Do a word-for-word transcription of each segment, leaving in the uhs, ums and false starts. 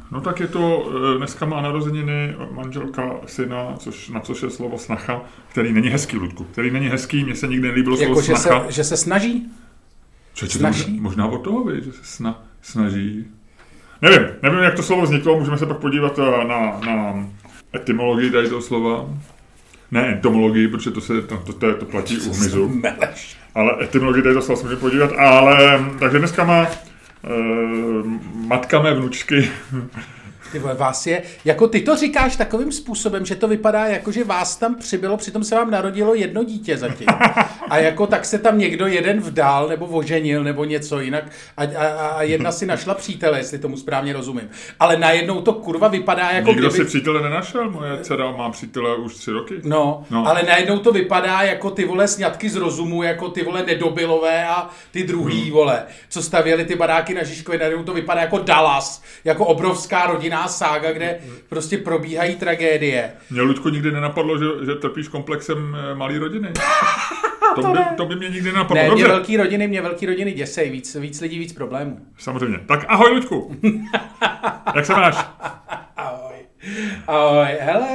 No tak je to, dneska má narozeniny manželka syna, což, na což je slovo snacha, který není hezký, Ludku. Který není hezký, mně se nikdy nelíbilo slovo jako, snacha. Že se, že se snaží? Čeče, možná, možná od toho, víš, že se sna, snaží. Nevím, nevím, jak to slovo vzniklo, můžeme se pak podívat na, na etymologii tady toho slova. Ne entomologii, protože to, se, to, to, to, to platí u hmyzu. Ale etymologii tady toho slova se můžeme podívat, ale takže dneska má Uh, matka mé vnučky. Ty vole, vás je, jako ty to říkáš takovým způsobem, že to vypadá jako, že vás tam přibylo, přitom se vám narodilo jedno dítě zatím. A jako tak se tam někdo jeden vdál, nebo oženil, nebo něco jinak a, a, a jedna si našla přítele, jestli tomu správně rozumím. Ale najednou to kurva vypadá jako Nikdo kdyby... si přítele nenašel, moje dcera má přítele už tři roky. No, no, ale najednou to vypadá jako ty vole sňatky z rozumu, jako ty vole nedobilové a ty druhý hmm. vole, co stavěli ty baráky na Žižkově, najednou to vypadá jako Dallas, jako obrovská rodina sága, kde prostě probíhají tragédie. Mě, Luďku, nikdy nenapadlo, že, že trpíš komplexem malý rodiny. To, to, by, to by mě nikdy nenapadlo. Ne, Dobře. mě velký rodiny, mě velký rodiny děsej, víc, víc lidí, víc problémů. Samozřejmě. Tak ahoj, Luďku. Jak se máš? Ahoj. Ahoj, hele.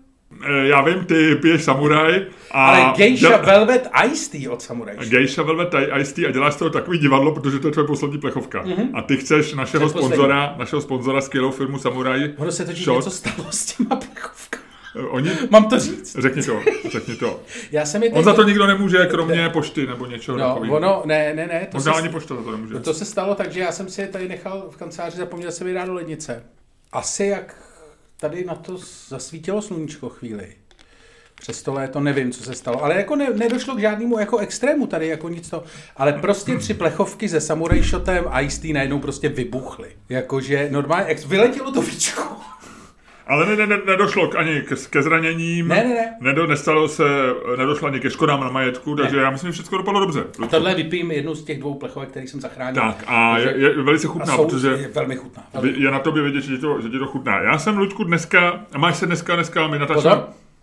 Já vím, ty piješ samuraj. A ale Geisha děl... Velvet Iced Tea od Samuraj. Geisha Velvet Iced Tea a děláš z toho takový divadlo, protože to je tvoje poslední plechovka. Mm-hmm. A ty chceš našeho sponzora, našeho sponzora skvělou firmu Samuraj. Ono se totiž něco stalo s těma plechovkami. Oni... Mám to říct? Řekni to, řekni to. Já jsem je On za to nikdo nemůže, kromě ne. pošty nebo něčeho. No, ono, ne, ne, ne. To Možná se... ani pošta za to nemůže. To se stalo tak, že já jsem si je tady nechal v kanceláři, zapomněl jsem je dát do lednice. Asi jak tady na to zasvítilo sluníčko chvíli. Přes to léto nevím, co se stalo, ale jako ne, nedošlo k žádnému jako extrému tady, jako nic to, ale prostě tři plechovky se Samurai Shotem a Iced Tea najednou prostě vybuchly. Jakože normálně, ex, vyletělo to víčko. Ale ne, ne, ne, nedošlo k, ani ke, ke zraněním, ne, ne, ne. Nedo, nestalo se, nedošlo ani ke škodám na majetku, ne. Takže já myslím, že všechno dopadlo dobře. A tohle vypijím jednu z těch dvou plechovek, který jsem zachránil. Tak a je, je velice chutná, jsou, protože je velmi chutná. Velmi. Je na tobě vidět, že ti to, že ti to chutná. Já jsem, Luďku, dneska, máš se dneska, dneska my natáčíme.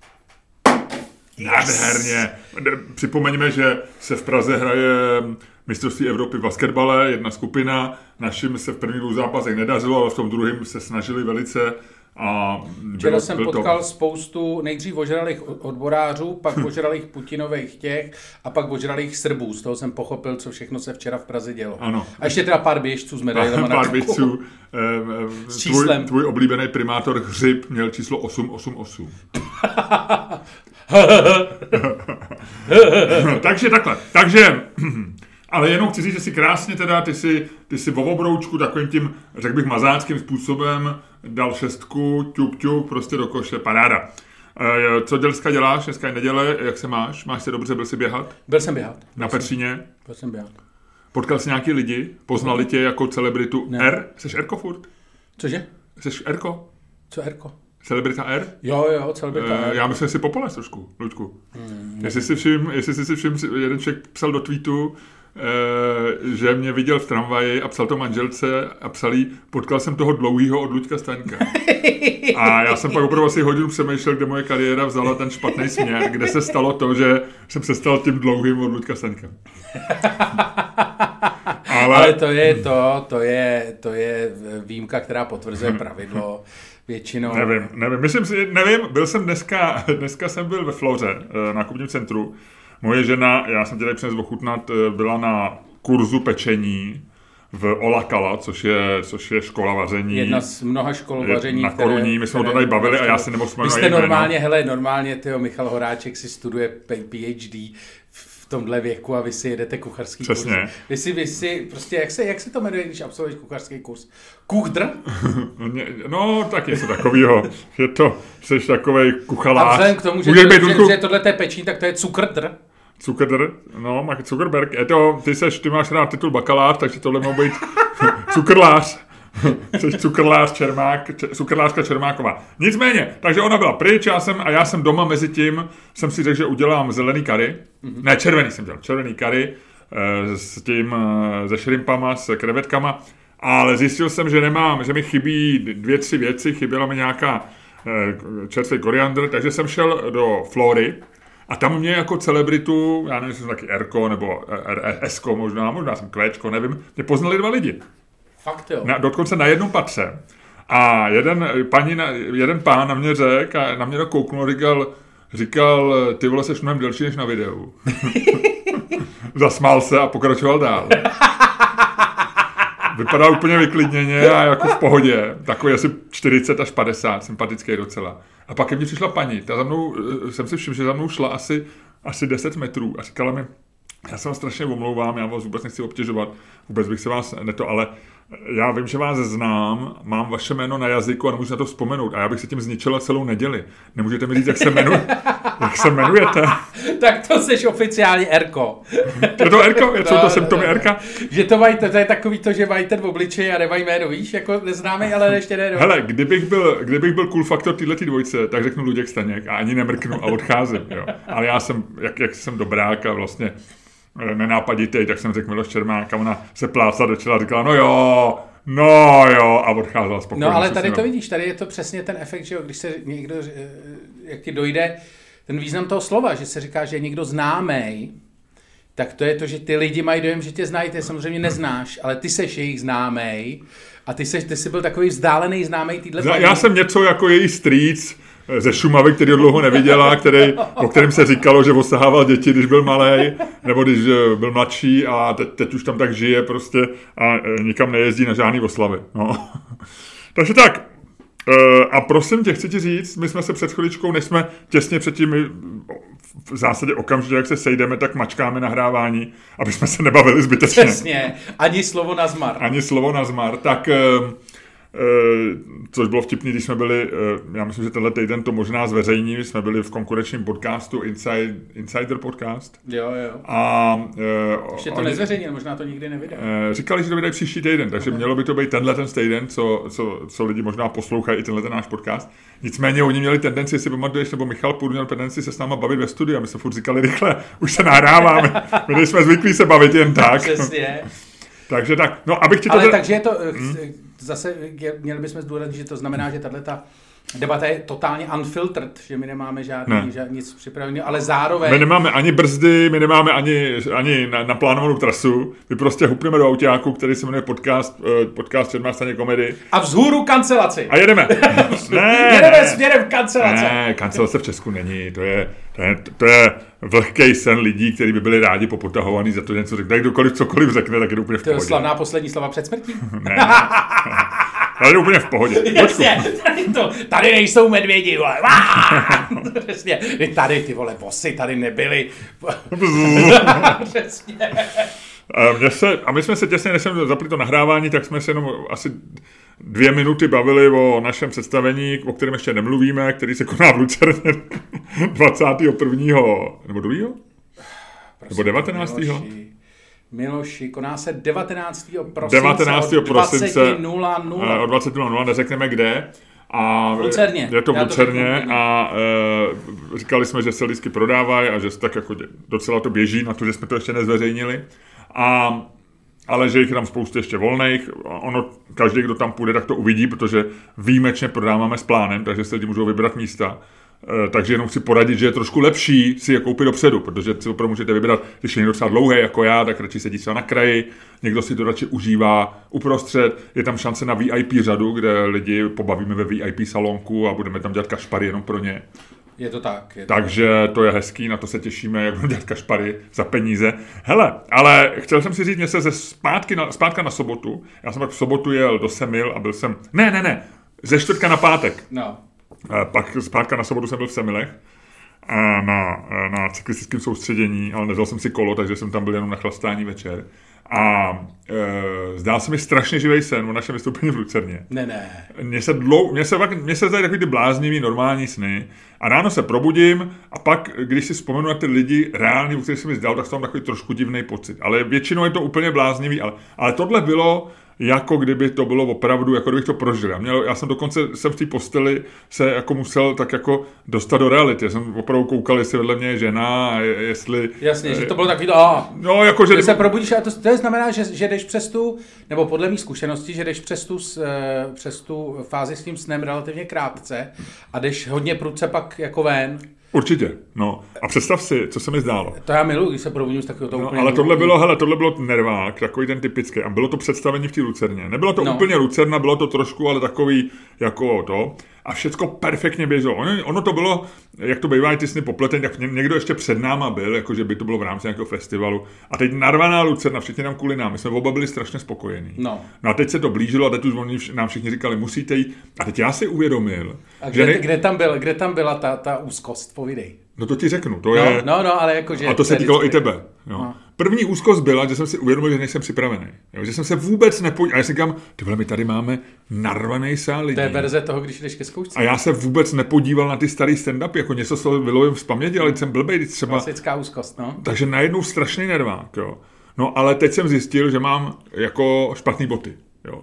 Nádherně. Připomeňme, že se v Praze hraje mistrovství Evropy v basketbale, jedna skupina, našim se v prvních dvou zápasech nedařilo, ale v tom druhém se snažili velice. A včera jsem potkal to... spoustu nejdřív ožralých odborářů, pak ožralých Putinových těch a pak ožralých Srbů. Z toho jsem pochopil, co všechno se včera v Praze dělo. Ano. A ještě teda pár běžců s medailema na Pár běžců. S číslem. Tvůj, tvůj oblíbený primátor Hřib měl číslo osm osm osm. Takže takhle. Takže... Ale jenom chci říct, že si krásně teda, ty si, ty si v obroučku takovým tím, řekl bych, mazáckým způsobem dal šestku, ťuk, ťuk, prostě do koše, paráda. E, co dneska děláš? Dneska je neděle, jak se máš? Máš se dobře, byl jsi běhat? Byl jsem běhat. Na Petříně? Byl jsem běhat. Potkal jsi nějaký lidi? Poznali tě jako celebritu ne. R? Jseš Erko furt? Cože? Jseš Erko? Co Erko? Celebrita R? Jo, jo, celebrita R. E, já myslím, že si popoles trošku, Luďku. Hmm, jestli si všim, jestli si všim, jeden člověk psal do tweetu, Uh, že mě viděl v tramvaji a psal to manželce a psal jí, potkal jsem toho dlouhýho od Luďka Staňka. A já jsem pak opravdu asi hodinu přemýšlel, kde moje kariéra vzala ten špatný směr, kde se stalo to, že jsem se stal tím dlouhým od Luďka Staňka. Ale... Ale to je to, to je, to je výjimka, která potvrzuje pravidlo. Většinou. Nevím, nevím, myslím si, nevím, byl jsem dneska, dneska jsem byl ve Floře, na nákupním centru. Moje žena, já jsem tady přines ochutnat, byla na kurzu pečení v Olakala, což je, což je škola vaření. Jedna z mnoha škol vaření, na Koruní, my jsme o to tady bavili a já si nemohl vzpomenout. Vy jste normálně, hele, normálně, tyjo, Michal Horáček si studuje P H D v tomhle věku a vy si jedete kuchařský Přesně. kurz. Vy si, vy si, prostě, jak se, jak se to jmenuje, když absolvuješ kuchařský kurz? Kuchdr? No, tak něco takovýho. Je to, jsi takovej kuchalář. A vzhledem k tomu, že, to, že, že tohle je pečení, tak to je cukrdr. Cukrdr, no, Zuckerberg. Je to, ty, seš, ty máš rád titul bakalář, takže tohle má být cukrlář. Jsi cukrlář Čermák, č, cukrlářka Čermáková. Nicméně, takže ona byla pryč, já jsem, a já jsem doma mezi tím, jsem si řekl, že udělám zelený curry. Mm-hmm. Ne, červený jsem dělal, červený curry e, s tím, e, se šrimpama, s krevetkama, ale zjistil jsem, že nemám, že mi chybí dvě, tři věci, chyběla mi nějaká e, čerstvý koriandr, takže jsem šel do Flory. A tam mě jako celebritu, já nevím, jestli jsem taky Erko, nebo Esko možná, možná jsem Kvéčko, nevím, mě poznali dva lidi. Fakt jo. Na, dokonce na jednom patře. A jeden, paní na, jeden pán na mě řekl a na mě to kouknul, říkal, říkal, ty vole, seš mnohem delší než na videu. Zasmál se a pokračoval dál. Vypadal úplně vyklidněně a jako v pohodě. Takový asi čtyřicet až padesát, sympatický docela. A pak ke mně přišla paní. Ta za mnou, jsem si všiml, že za mnou šla asi, asi deset metrů a říkala mi, já se vás strašně omlouvám, já vás vůbec nechci obtěžovat, vůbec bych se vás neto, ale já vím, že vás znám, mám vaše jméno na jazyku a nemůžu na to vzpomenout a já bych se tím zničila celou neděli. Nemůžete mi říct, jak se, jmenu, jak se jmenujete? Tak to jsi oficiálně Erko. Je to Erko? Jsou to symptomy Erka? Že to mají, to je takový to, že mají ten obličej a nemají jméno, víš, jako neznámý, ale ještě ne. Hele, kdybych byl, kdybych byl cool faktor této dvojce, tak řeknu Luděk Staněk a ani nemrknu a odcházím, jo. Ale já jsem, jak, jak jsem dobrák a vlastně nenápaditej, tak jsem řekl Miloš Čermák a ona se plácla do čela a říkala, no jo, no jo, a odcházela spokojeně. No ale tady to vidíš, tady je to přesně ten efekt, že jo, když se někdo, jak ti dojde ten význam toho slova, že se říká, že je někdo známej, tak to je to, že ty lidi mají dojem, že tě znají, ty samozřejmě neznáš, ale ty seš jejich známej a ty, seš, ty jsi byl takový vzdálený známej týhle paní. Já jsem něco jako její strýc ze Šumavy, který ho dlouho neviděla, který, o kterém se říkalo, že osahával děti, když byl malej, nebo když byl mladší a teď, teď už tam tak žije prostě a nikam nejezdí na žádný oslavy. No. Takže tak. A prosím tě, chci ti říct, my jsme se před chviličkou, než jsme těsně předtím v zásadě okamžitě, jak se sejdeme, tak mačkáme nahrávání, aby jsme se nebavili zbytečně. Přesně, ani slovo na zmar. Ani slovo na zmar, tak... což bylo vtipný, když jsme byli, já myslím, že tenhle týden to možná zveřejní, jsme byli v konkurenčním podcastu Inside, Insider Podcast. Jo, jo. A ještě to nezveřejnili, možná to nikdy nevydají. Říkali, že to vydají příští týden, takže okay. Mělo by to být tenhle ten týden, co, co, co lidi možná poslouchají i tenhle ten náš podcast. Nicméně oni měli tendenci, jestli pamatuješ, nebo Michal Půl měl tendenci se s náma bavit ve studiu a my jsme furt říkali rychle, už se nahráváme, my nejsme zvyklí se bavit jen tak. Přesně. Takže tak, no abych ti to... Ale takže je to, hmm? zase měli bychom zdůraznit, že to znamená, že tato debata je totálně unfiltered, že my nemáme žádný, ne. žádný nic připraveného, ale zároveň... My nemáme ani brzdy, my nemáme ani, ani naplánovanou trasu, my prostě hupneme do autáku, který se jmenuje podcast, podcast Čermák Staněk komedy. A vzhůru kancelaci. A jedeme. ne, jedeme směrem kancelace. Ne, kancelace v Česku není, to je, to je, to je vlhkej sen lidí, kteří by byli rádi popotahovaný za to něco řekne. Tak kdokoliv cokoliv řekne, tak je to úplně v pohodě. To je slavná poslední slova před smrtí. ne, ne. Ale je úplně v pohodě. Jasně, tady, to, tady nejsou medvědi, vole. Přesně, tady ty vole bosy tady nebyly. Přesně. A, se, a my jsme se těsně, než jsem zapli to nahrávání, tak jsme se jenom asi dvě minuty bavili o našem představení, o kterém ještě nemluvíme, který se koná v Lucerně dvacátého prvního nebo druhého nebo devatenáctého Miloši, Miloši, koná se devatenáctého prosince, devatenáctého prosince od dvacet nula nula, neřekneme kde. A v Lucerně. Je to v Lucerně a e, říkali jsme, že se lístky prodávají a že tak jako docela to běží na to, že jsme to ještě nezveřejnili. A, ale že jich je tam spoustu ještě volných. Ono, každý, kdo tam půjde, tak to uvidí, protože výjimečně prodáváme s plánem, takže se lidi můžou vybrat místa. E, takže jenom chci poradit, že je trošku lepší si je koupit dopředu, protože si opravdu můžete vybrat, když je někdo třeba dlouhý jako já, tak radši sedí třeba na kraji, někdo si to radši užívá uprostřed, je tam šance na V I P řadu, kde lidi pobavíme ve V I P salonku a budeme tam dělat kašpary jenom pro ně. Je to tak. Je to Takže to je hezký, na to se těšíme, jak budeme dělat kašpary za peníze. Hele, ale chtěl jsem si říct, mě se ze zpátky na, zpátka na sobotu, já jsem tak v sobotu jel do Semil a byl jsem, ne, ne, ne, ze čtvrtka na pátek. No. Pak zpátka na sobotu jsem byl v Semilech na, na cyklistickém soustředění, ale nevzal jsem si kolo, takže jsem tam byl jenom na chlastání večer. A e, zdál se mi strašně živej sen o našem vystoupení v Lucerně. Ne, ne. Mně se, dlou, mně se, mně se zdají takový ty bláznivý normální sny a ráno se probudím a pak, když si vzpomenu na ty lidi reální, o kterých se mi zdal, tak jsem takový trošku divný pocit. Ale většinou je to úplně bláznivý, ale, ale tohle bylo jako kdyby to bylo opravdu, jako kdybych to prožil. Já, měl, já jsem dokonce jsem v té posteli se jako musel tak jako dostat do reality. Já jsem opravdu koukal, jestli vedle mě je žena a jestli... Jasně, je, že to bylo takový to, aha. No, jako, že... Když se probudíš, a to, to znamená, že, že jdeš přes tu, nebo podle mých zkušeností, že jdeš přes tu, přes tu fázi s tím snem relativně krátce a jdeš hodně prudce pak jako ven. Určitě, no. A představ si, co se mi zdálo. To já miluji, když se probudím z takového toho no, úplně... Ale tohle bylo, hele, tohle bylo nervák, takový ten typický. A bylo to představení v té Lucerně. Nebylo to no. úplně Lucerna, bylo to trošku, ale takový jako to. A všecko perfektně běželo. Ono, ono to bylo, jak to bývá, ty sny popletený, tak někdo ještě před náma byl, jakože by to bylo v rámci nějakého festivalu. A teď narvaná Lucerna, všichni nám kvůli nám. My jsme oba byli strašně spokojení. No. no a teď se to blížilo a teď už oni nám všichni říkali, musíte jít. A teď já si uvědomil. A kde, ne... kde, tam, byl, kde tam byla ta, ta úzkost, povídej. No to ti řeknu, to no, je... No, no, ale jakože... A to se týkalo i tebe. Jo. No. První úzkost byla, že jsem si uvědomil, že nejsem připravený. Jo, že jsem se vůbec nepodíval. A já si říkám, tyhle, my tady máme narvaný sál lidí. To je verze toho, když jdeš ke zkoušce. A já se vůbec nepodíval na ty starý stand-upy, jako něco se vylovím z paměti, ale jsem blbej třeba... Klasická úzkost, no. Takže najednou strašný nervák, jo. No ale teď jsem zjistil, že mám jako špatný boty, jo.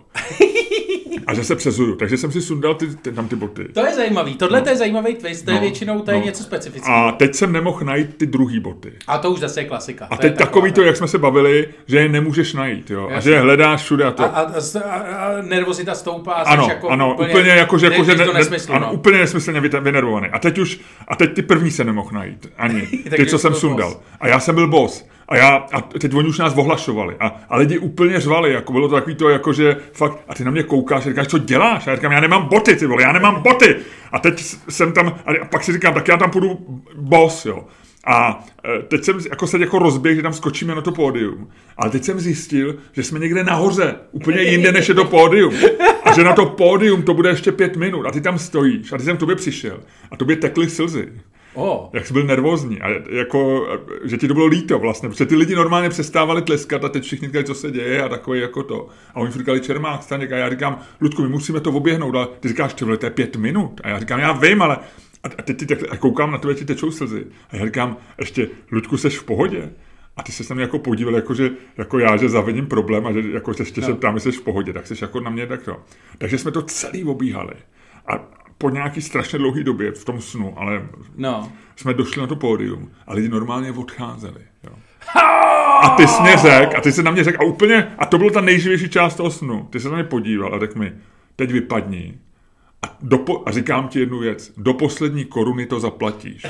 A že se přezuju, takže jsem si sundal ty, ty, tam ty boty. To je zajímavý, tohle no. to je zajímavý twist, to je no. většinou to je no. něco specifického. A teď jsem nemohl najít ty druhý boty. A to už zase je klasika. A teď takový to, jak jsme se bavili, že je nemůžeš najít, jo. Jasně. A že je hledáš všude a to. A, a, a, a nervozita stoupá. Ano, jako ano, úplně, úplně jako, že, jako, že ne, nesmyslu, ano, no. úplně nesmyslně vynervovaný. A teď už, a teď ty první se nemohl najít, ani. Ty, co jsem sundal. Boss. A já jsem byl boss. A já, a teď oni už nás ohlašovali. A, a lidi úplně řvali, jako bylo to takový to, jako že fakt, a ty na mě koukáš a říkáš, co děláš? A já říkám, já nemám boty, ty vole, já nemám boty. A teď jsem tam, a pak si říkám, tak já tam půjdu boss, jo. A teď jsem jako se jako rozběh, že tam skočíme na to pódium. Ale teď jsem zjistil, že jsme někde nahoře, úplně jinde, než je to pódium. A že na to pódium to bude ještě pět minut. A ty tam stojíš. A ty jsem k tobě přišel. A tobě tekly slzy. Oh. Jak jsi byl nervózní a jako, že ti to bylo líto vlastně, protože ty lidi normálně přestávali tleskat a teď všichni říkali, co se děje a takový jako to. A oni říkali, Čermák, Staněk, a já říkám, Ludku, my musíme to oběhnout, a ty říkáš, ty vole, to je pět minut. A já říkám, já vím, ale a teď ty tak, a koukám na tebe, ti tečou slzy. A já říkám, ještě, Ludku, seš v pohodě? A ty se na mě jako podíval, jako, že, jako já, že zavedím problém a že jako ještě no. se ptám, jestli jsi v pohodě, tak jsi jako na mě tak to. Takže jsme to celý obíhali. A po nějaký strašně dlouhý době v tom snu, ale no. jsme došli na to pódium a lidi normálně odcházeli. Jo. A ty jsi mě řek, a ty jsi na mě řekl, a úplně, a to byla ta nejživější část toho snu, ty se na mě podíval a řekl mi, teď vypadni a, do, a říkám ti jednu věc, do poslední koruny to zaplatíš.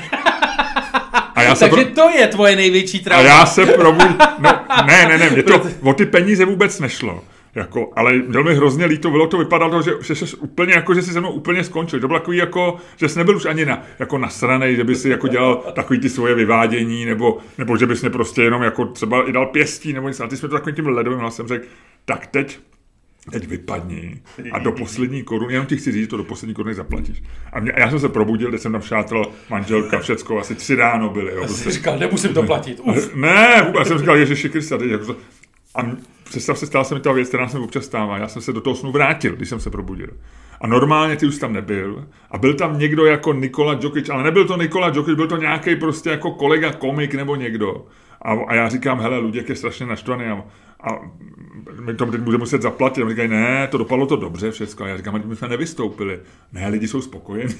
A já Takže pro... to je tvoje největší trauma. A já se probudil, no, ne, ne, ne, mě to o ty peníze vůbec nešlo. Jako, ale měl mi hrozně líto, bylo to, vypadalo, že, že jsi úplně, jako, že jsi se mnou úplně skončil. To bylo takový, jako, že jsi nebyl už ani na, jako nasranej, že by si jako dělal takový ty svoje vyvádění, nebo, nebo že bys mě prostě jenom jako třeba i dal pěstí, nebo něco. A ty jsme to takovým tím ledovým hlasem řekl, tak teď, teď vypadni a do poslední koruny, jenom ti chci říct, to do poslední koruny zaplatíš. A, mě, a já jsem se probudil, když jsem tam šátral manželka, všecko, asi tři ráno byly. Jo, já jsem říkal, nemusím to platit. Uf. Ne, vůbec, já jsem říkal, Ježiši Krista, teď jako a představ se, stala se mi ta věc, která se mi občas stává. Já jsem se do toho snu vrátil, když jsem se probudil. A normálně ty už tam nebyl. A byl tam někdo jako Nikola Djokic, ale nebyl to Nikola Djokic, byl to nějaký prostě jako kolega, komik nebo někdo. A, a já říkám, hele, Luděk je strašně naštvaný a, a my to teď budeme muset zaplatit. A oni říkají, ne, to dopadlo to dobře všechno. A já říkám, my jsme nevystoupili. Ne, lidi jsou spokojení.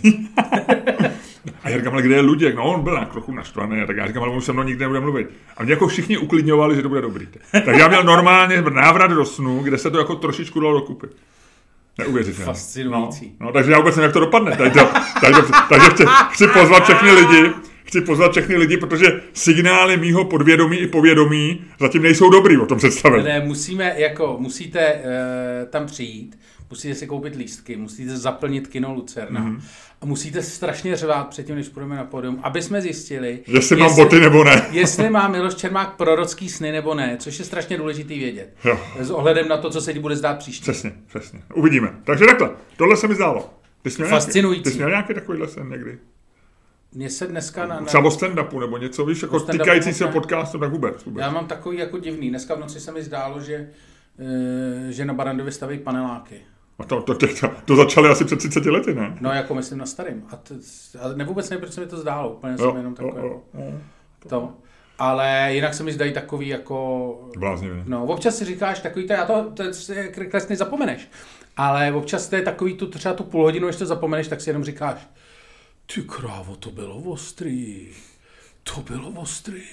A já říkám, ale kde je Luděk? No, on byl na trochu naštvaný. Tak já říkám, ale on se mnou nikdy nebude mluvit. A mě jako všichni uklidňovali, že to bude dobrý. Tak já měl normálně návrat do snu, kde se to jako trošičku dalo dokupy. Neuvěřitelné. Fascinující. No, no, takže já vůbec nevím, jak to dopadne. Takže, takže, takže chci, chci pozvat všechny lidi, chci pozvat všechny lidi, protože signály mýho podvědomí i povědomí zatím nejsou dobrý o tom představení. Ne, musíme, jako, musíte uh, tam přijít, musíte si koupit lístky, musíte zaplnit kino Lucerna mm-hmm. a musíte strašně řvát předtím, než půjdeme na pódium, aby jsme zjistili, jestli, jestli mám boty nebo ne. Jestli má Miloš Čermák prorocký sny nebo ne, což je strašně důležitý vědět. Jo. S ohledem na to, co se ti bude zdát příště. Přesně, přesně. Uvidíme. Takže takhle, tohle se mi zdálo. Ty jsi fascinující. Nějaký, ty jsi měl nějaký takovýhle sen někdy? Mně se dneska na... Třeba o stand-upu nebo něco, víš, jako týkající se podcastu, tak vůbec, vůbec. Já mám takový jako divný. Dneska v noci se mi zdálo, že, že na Barandově staví paneláky. A to, to, to, to začali asi před třiceti lety, ne? No, jako myslím na starým. A, to, a ne vůbec nevím, proč se mi to zdálo. Úplně jsem jenom takové. Jo, jo, to. to. Ale jinak se mi zdají takový jako... Bláznivý. No, občas si říkáš takový to, já to, to klesně zapomeneš. Ale občas to je takový tu, třeba tu půl hodinu, než to zapomeneš, tak si jenom říkáš, ty krávo, to bylo ostrý. To bylo ostrý.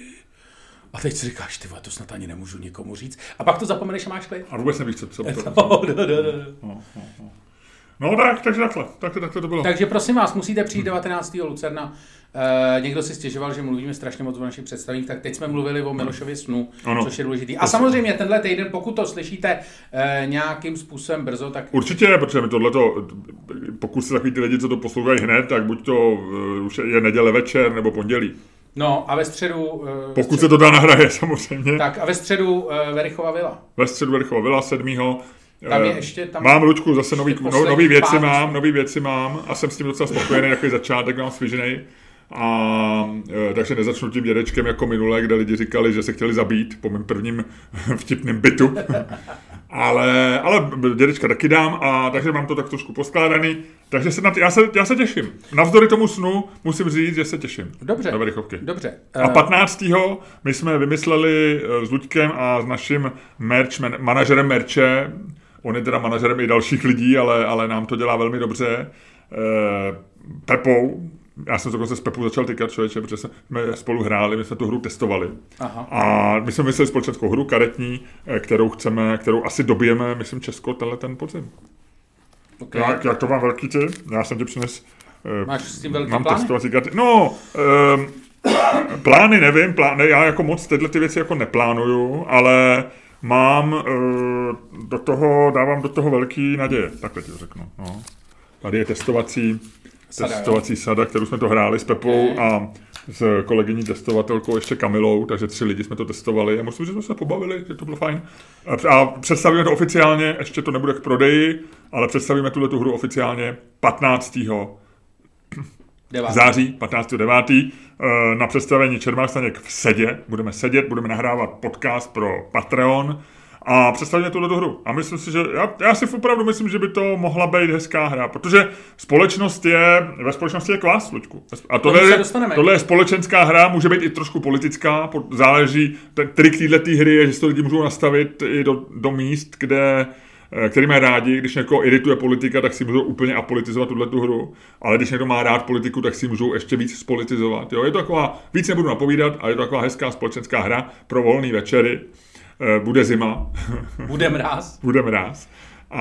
A teď si říkáš, ty vole, to snad ani nemůžu nikomu říct. A pak to zapomeneš a máš klid. A vůbec nevíš, co to bylo. No, no, no, no. No, no, no. No tak, takže takhle, takhle, takhle to bylo. Takže prosím vás, musíte přijít devatenáctého Lucerna. Uh, někdo si stěžoval, že mluvíme strašně moc o našich představích, tak teď jsme mluvili o Milošově snu, ano. Což je důležitý. A samozřejmě tenhle týden, pokud to slyšíte uh, nějakým způsobem brzo, tak... Určitě, protože mi tohleto, pokud se takový ty lidi, co to poslouchají hned, tak buď to uh, už je neděle večer nebo pondělí. No a ve středu... Uh, pokud středu, se to dá nahraje, samozřejmě. Tak a ve středu uh, Verichova vila. Ve středu Verichova vila, sedmého Tam je ještě, tam mám, Luďku, zase nový, no, nový věci pár, mám, nový věci mám a jsem s tím docela spokojený, takový začátek mám sviženej. A e, takže nezačnu tím dědečkem jako minule, kde lidi říkali, že se chtěli zabít po mém prvním vtipném bytu. ale, ale dědečka taky dám, a takže mám to tak trošku poskládaný. Takže se na t- já, se, já se těším. Navzdory tomu snu musím říct, že se těším. Dobře, na Verichovky. Dobře. A patnáctého my jsme vymysleli s Luďkem a s naším merch, man, manažerem merče, on je teda manažerem i dalších lidí, ale, ale nám to dělá velmi dobře, e, Pepou. Já jsem dokonce s Pepou začal tykat, člověče, protože jsme spolu hráli, my jsme tu hru testovali. Aha. A my jsme mysleli společenskou hru karetní, kterou chceme, kterou asi dobijeme, myslím, Česko, tenhle ten podzim. Okay. Jak, jak to mám velký ty? Já jsem ti přines... Máš s tím velký mám plány? Testovací karty. No, um, plány nevím, plány, já jako moc tyhle ty věci jako neplánuju, ale mám uh, do toho, dávám do toho velký naděje, takhle ti to řeknu. No. Tady je testovací Sada, testovací jo. sada, kterou jsme to hráli s Pepou mm. a s kolegyní testovatelkou ještě Kamilou, takže tři lidi jsme to testovali a musím říct, že jsme se pobavili, že to bylo fajn. A představíme to oficiálně, ještě to nebude k prodeji, ale představíme tuhle tu hru oficiálně patnáctého září, patnáctého devátého na představení Čermák Staněk v Sedě. Budeme sedět, budeme nahrávat podcast pro Patreon a představíme tuhle hru. A myslím si, že já, já si opravdu myslím, že by to mohla být hezká hra, protože společnost je, ve společnosti je kvás, Luďku. A tohle je, tohle je společenská hra, může být i trošku politická, záleží, ten trik této hry je, že si to lidi můžou nastavit i do, do míst, kde, který mají rádi, když někoho irituje politika, tak si můžou úplně apolitizovat tuhle hru, ale když někdo má rád politiku, tak si můžou ještě víc spolitizovat. Jo? Je to taková, víc nebudu napovídat, ale je to taková hezká společenská hra pro volný večery. Bude zima. Bude mráz. Bude mráz. A,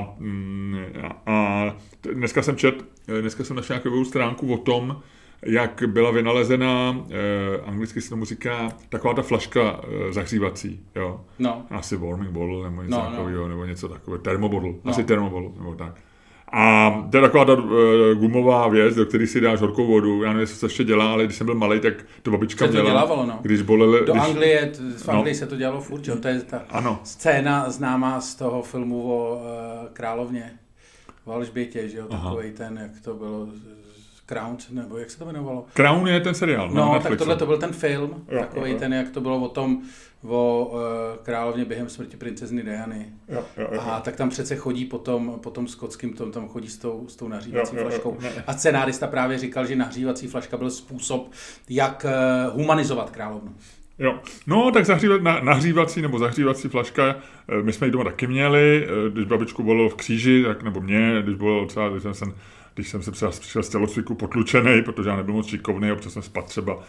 a dneska jsem čet, dneska jsem našel nějakou stránku o tom, jak byla vynalezena, eh, anglicky se tomu říká, taková ta flaška eh, zahřívací, jo. No. Asi warming bottle, nebo něco no, takového, no. nebo něco takového, thermobottle, no. asi thermobottle, nebo tak. A to je taková ta uh, gumová věc, do které si dáš horkou vodu. Já nevím, jestli se ještě dělá, ale když jsem byl malej, tak to babička se to měla. Dělávalo, no. Když bolely, do když... Anglie, v Anglii no. se to dělalo furt, že? To je ta ano. scéna známá z toho filmu o uh, královně v Alžbětě, že jo? Takovej ten, jak to bylo, Crown, nebo jak se to jmenovalo? Crown je ten seriál. No, no tak tohle to byl ten film, jo, takovej jo, ten, jak to bylo o tom, o uh, královně během smrti princezny Diany. Jo, jo, jo. A tak tam přece chodí potom, potom skotským, tom, tam chodí s tou, s tou nahřívací jo, jo, flaškou. jo, jo. A scenárista právě říkal, že nahřívací flaška byl způsob, jak uh, humanizovat královnu. Jo, no tak zahřívat, na, nahřívací nebo zahřívací flaška, my jsme ji doma taky měli, když babičku bolelo v kříži, tak, nebo mě, když bylo třeba, když jsem se, když jsem se třeba přišel z tělocviku potlučenej, protože já nebyl moc šikovný, občas jsem spadl třeba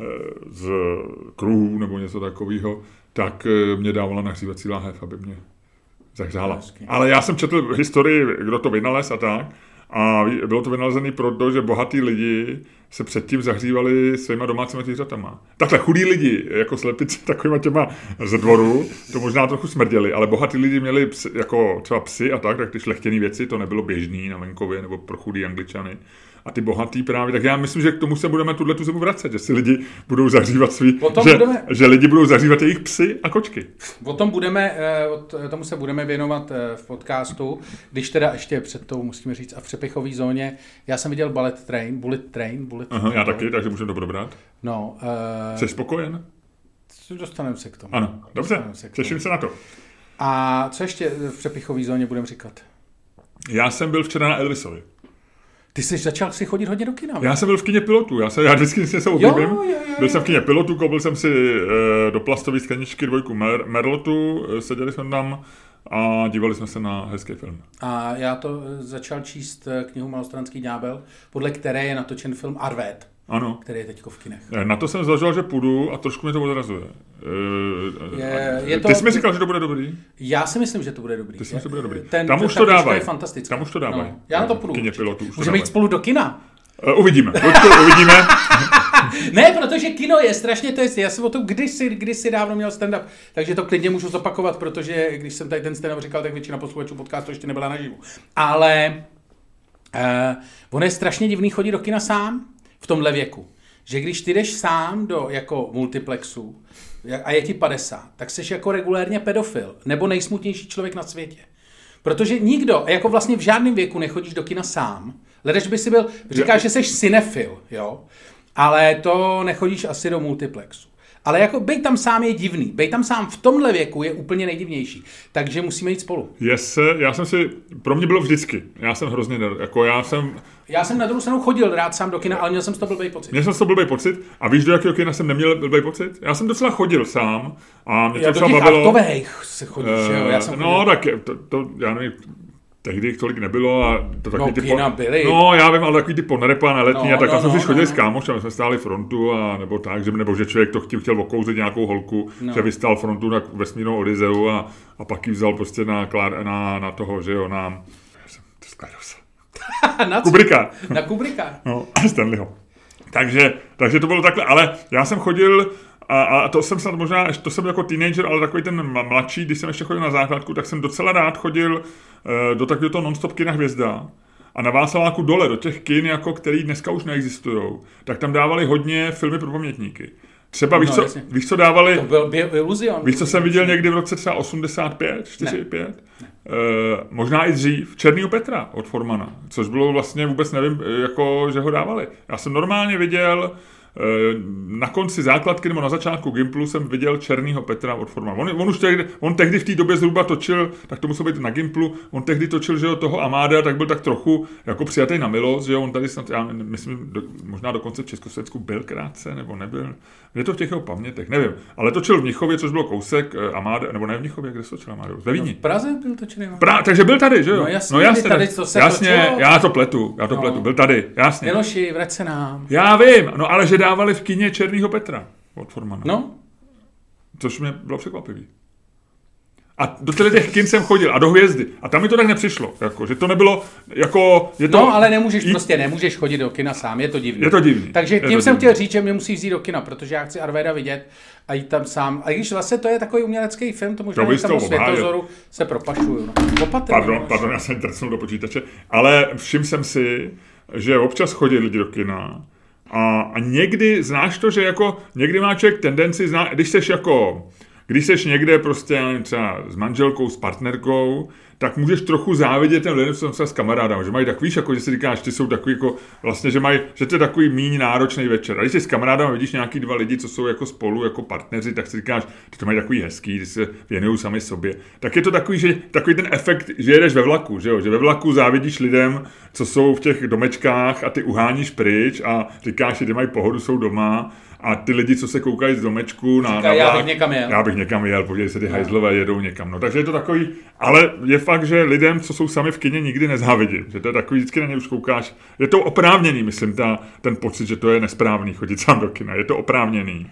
z kruhů nebo něco takového, tak mě dávala nahřívací láhev, aby mě zahřála. Ale já jsem četl historii, kdo to vynalez a tak, a bylo to vynalezené proto, že bohatý lidi se předtím zahřívali svýma domácíma zvířatama. Takhle chudí lidi, jako slepici takovýma těma ze dvoru, to možná trochu smrděli, ale bohatý lidi měli psy, jako třeba psy a tak, tak ty šlechtěný věci, to nebylo běžný na venkově nebo pro chudý Angličany. A ty bohatý právě, tak já myslím, že k tomu se budeme tuhle tu zimu vracet, že si lidi budou zahřívat svý, že, budeme, že lidi budou zahřívat jejich psy a kočky. O tom budeme, o tomu se budeme věnovat v podcastu, když teda ještě před tou musíme říct a v přepichové zóně, já jsem viděl Bullet Train, Bullet Train, Bullet Train. Aha, já taky, takže můžeme to probrat. No. Uh, Jsi spokojen? Dostaneme se k tomu. Ano, dobře, se těším se na to. A co ještě v přepichové zóně budeme říkat? Já jsem byl včera na Elvisovi. Ty jsi začal si chodit hodně do kina. Já jsem byl v kině Pilotů, já, se, já vždycky něco oblíbím. Byl jsem v kině Pilotů, koupil jsem si e, do plastové skleničky dvojku Mer- Merlotu, seděli jsme tam a dívali jsme se na hezký film. A já to začal číst knihu Malostranský ďábel, podle které je natočen film Arvét. Ano. který je teďko v kinech. Na to jsem zvažoval, že půjdu a trošku mě to odrazuje. Je, je to, Ty jsi mi říkal, že to bude dobrý? Já si myslím, že to bude dobrý. Ty si myslím, že to bude dobrý. Ten, tam ten, už to dávají. Tam už to dávají. No, já na to půjdu. Můžeme jít spolu do kina. Uh, uvidíme. Počku, uvidíme. Ne, protože kino je strašně, to je, já jsem o tom kdysi, kdysi dávno měl stand-up, takže to klidně můžu zopakovat, protože když jsem tady ten stand-up říkal, tak většina posluchačů podcastu ještě nebyla naživu. Ale uh, on je strašně divný chodit do kina sám v tomhle věku. Že když ty jdeš sám do jako multiplexu a je ti padesát, tak jsi jako regulérně pedofil, nebo nejsmutnější člověk na světě. Protože nikdo, jako vlastně v žádném věku nechodíš do kina sám, ledaž by si byl, říkáš, že jsi cinefil, jo, ale to nechodíš asi do multiplexu. Ale jako bej tam sám je divný, bej tam sám v tomhle věku je úplně nejdivnější, takže musíme jít spolu. Yes, já jsem si, pro mě bylo vždycky, já jsem hrozně, jako já jsem... Já jsem na druhou stranu chodil rád sám do kina, ale měl jsem z toho blbej pocit. Měl jsem z toho blbej pocit a víš, do jakého kina jsem neměl blbej pocit? Já jsem docela chodil sám a mě to já třeba do těch bavilo... artovejch se chodíš, uh, jo, já jsem No, chodil. tak to, to, já nevím, tehdy jich tolik nebylo a to takový no, ty kina po... byly. No, já vím, ale takový ty ponarepané letní no, a tak no, no, jsme no, si chodili no. s kámošem, jsme stáli frontu a nebo tak, že, nebo že člověk to chtěl, chtěl okouzit nějakou holku, no. Že vystál frontu na vesmírnou Odyseu a, a pak ji vzal prostě na, na, na toho, že jo, na... na Kubricka. Na Kubricka. No, Stanleyho. Takže, takže to bylo takhle, ale já jsem chodil a, a to jsem snad možná, to jsem jako teenager, ale takový ten mladší, když jsem ještě chodil na základku, tak jsem docela rád chodil uh, do takového non-stop kina Hvězda. A na Václaváku dole, do těch kin, jako, který dneska už neexistujou, tak tam dávali hodně filmy pro pamětníky. Třeba, víš, no, co, víš, co dávali... To byl, byl iluzion. Víš, co jsem viděl někdy v roce třeba osmdesát pět, čtyřicet pět? Ne. E, možná i dřív. Černýho Petra od Formana, což bylo vlastně vůbec nevím, jako, že ho dávali. Já jsem normálně viděl... Na konci základky nebo na začátku Gimplu jsem viděl Černýho Petra od Formana. On, on už tehdy, on tehdy v té době zhruba točil, tak to muselo být na Gimplu, on tehdy točil, že jo, toho Amáda, tak byl tak trochu jako přijatý na milost, že jo, on tady snad, já myslím, do, možná dokonce v Československu byl krátce, nebo nebyl. Je to v těch jeho pamětech, nevím. Ale točil v Mnichově, což bylo kousek Amáda, nebo ne v Mnichově, kde se točil Amáda? Ve Vídni. No, v Praze byl točený. Pra, takže byl tady, že jo? No jasně, no, jasně, tady to se jasně točilo. já to pletu, já to no. pletu, byl tady, jasně. Miloši, vrať se nám. Já vím, no ale že dávali v kině Černýho Petra od Formana. No. Což mě bylo překvapivý. A do těch kin jsem chodil a do Hvězdy. A tam mi to tak nepřišlo. Jako, že to nebylo jako... Je to, no, ale nemůžeš, jí... prostě nemůžeš chodit do kina sám, je to divný. Je to divný. Takže tím to jsem divný. chtěl říct, že mě musí vzít do kina, protože já chci Arvéda vidět a jít tam sám. A když vlastně to je takový umělecký film, to možná tam do Světozoru se propašuju. No. Opatrně, pardon, no, pardon, já jsem trcnul do počítače. Ale všiml jsem si, že občas chodí lidi do kina a, a někdy, znáš to, že jako někdy má člověk tendenci, zná, když seš jako... Když seš někde prostě třeba s manželkou, s partnerkou, tak můžeš trochu závidět ten lidem, co jsem se s kamarádem, že mají takový, jako že si říkáš, ty jsou takový jako, vlastně, že mají, že to je takový míň náročný večer. A když jsi s kamarádem a vidíš nějaký dva lidi, co jsou jako spolu, jako partneři, tak si říkáš, ty to mají takový hezký, ty se věnují sami sobě. Tak je to takový, že takový ten efekt, že jedeš ve vlaku, že jo, že ve vlaku závidíš lidem, co jsou v těch domečkách a ty uháníš pryč a říkáš, že mají pohodu, jsou doma. A ty lidi, co se koukají z domečku na, Říká, na já bych někam jel. Já bych někam jel, podívej se, ty no. hajzlové jedou někam. No, takže je to takový, ale je fakt, že lidem, co jsou sami v kině, nikdy nezávidím. Že to je takový, vždycky na ně už koukáš. Je to oprávněný, myslím, ta, ten pocit, že to je nesprávný chodit sám do kina. Je to oprávněný.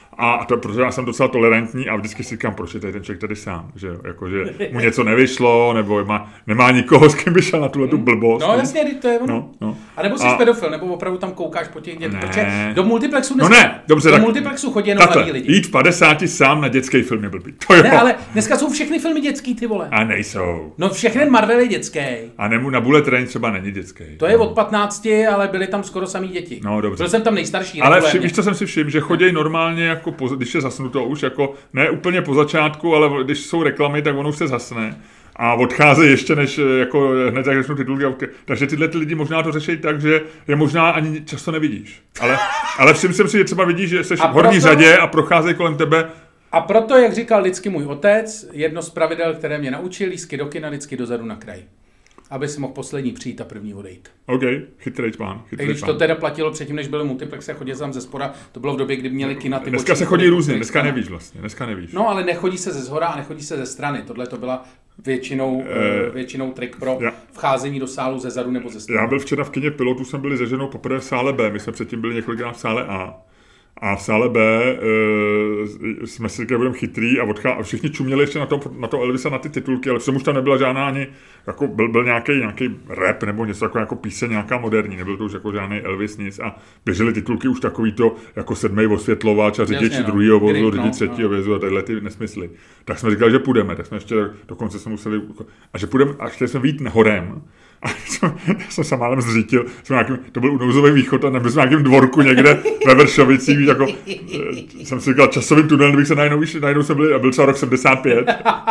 A to, protože já jsem docela tolerantní a vždycky si říkám, proč je tady ten člověk tady sám, že jo, jako, že mu něco nevyšlo, nebo má, nemá nikoho, s kým by šel na tuhle tu blbost. No jasně, to je ono. No, no. A nebo jsi a... pedofil, nebo opravdu tam koukáš po těch dětech, protože do multiplexu dneska, no ne, dobře, do tak, multiplexu chodí jenom mladí lidi. Jít v padesáti sám na dětský film je blbý. To jo. Ne, ale dneska jsou všechny filmy dětský, ty vole. A nejsou. No všechny Marvel je dětský. A nemu na Bullet Train třeba není dětský. To je od patnácti, ale byli tam skoro samý děti. No dobře. Byl jsem tam nejstarší. Ale všim, víš, co jsem si všiml, že chodí normálně jako, po, když je zasnuto už, jako ne úplně po začátku, ale když jsou reklamy, tak ono už se zasne. A odcházejí ještě, než jako hned jak začnou titulky. Takže tyhle ty lidi možná to řeší tak, že je možná ani často nevidíš. Ale, ale všim jsem si, že třeba vidíš, že jsi v horní proto... řadě a procházejí kolem tebe. A proto, jak říkal vždycky můj otec, jedno z pravidel, které mě naučil, lístky do kina, vždycky dozadu na kraj. aby si mohl poslední přijít a první odejít. OK, chytrý plán. I když to teda platilo předtím, než byl multiplex, chodil tam ze spoda, to bylo v době, kdy měli kina ty Dneska se chodí různě, dneska nevíš vlastně, dneska nevíš. No, ale nechodí se ze zhora a nechodí se ze strany. Tohle to byla většinou, uh, většinou trik pro já, vcházení do sálu ze zadu nebo ze strany. Já byl včera v kině Pilotu, jsem byli se ženou poprvé v sále B, my jsme předtím byli několikrát v sále A. A v sále B e, jsme si říkali, budeme chytrý a, odchá, a všichni čuměli ještě na to, na to Elvisa, na ty titulky, ale už tam nebyla žádná ani, jako byl, byl nějaký, nějaký rap nebo něco jako, jako píseň nějaká moderní, nebyl to už jako žádný Elvis nic a běžely titulky už takový to jako sedmý osvětlovač a řidiči no. druhýho vozu, řidič třetího no. vězu a tadyhle ty nesmysly. Tak jsme říkali, že půjdeme, tak jsme ještě dokonce jsme museli, a že půjdeme, a chtěli jsme vyjít horem. A já jsem se málem zřítil, nějakým, to byl nouzový východ a nebyl jsem v nějakém dvorku někde ve Vršovicích, jako, jsem si říkal, časovým tunelem bych se najednou, najednou jsem byl, a byl třeba rok sedmdesát pět.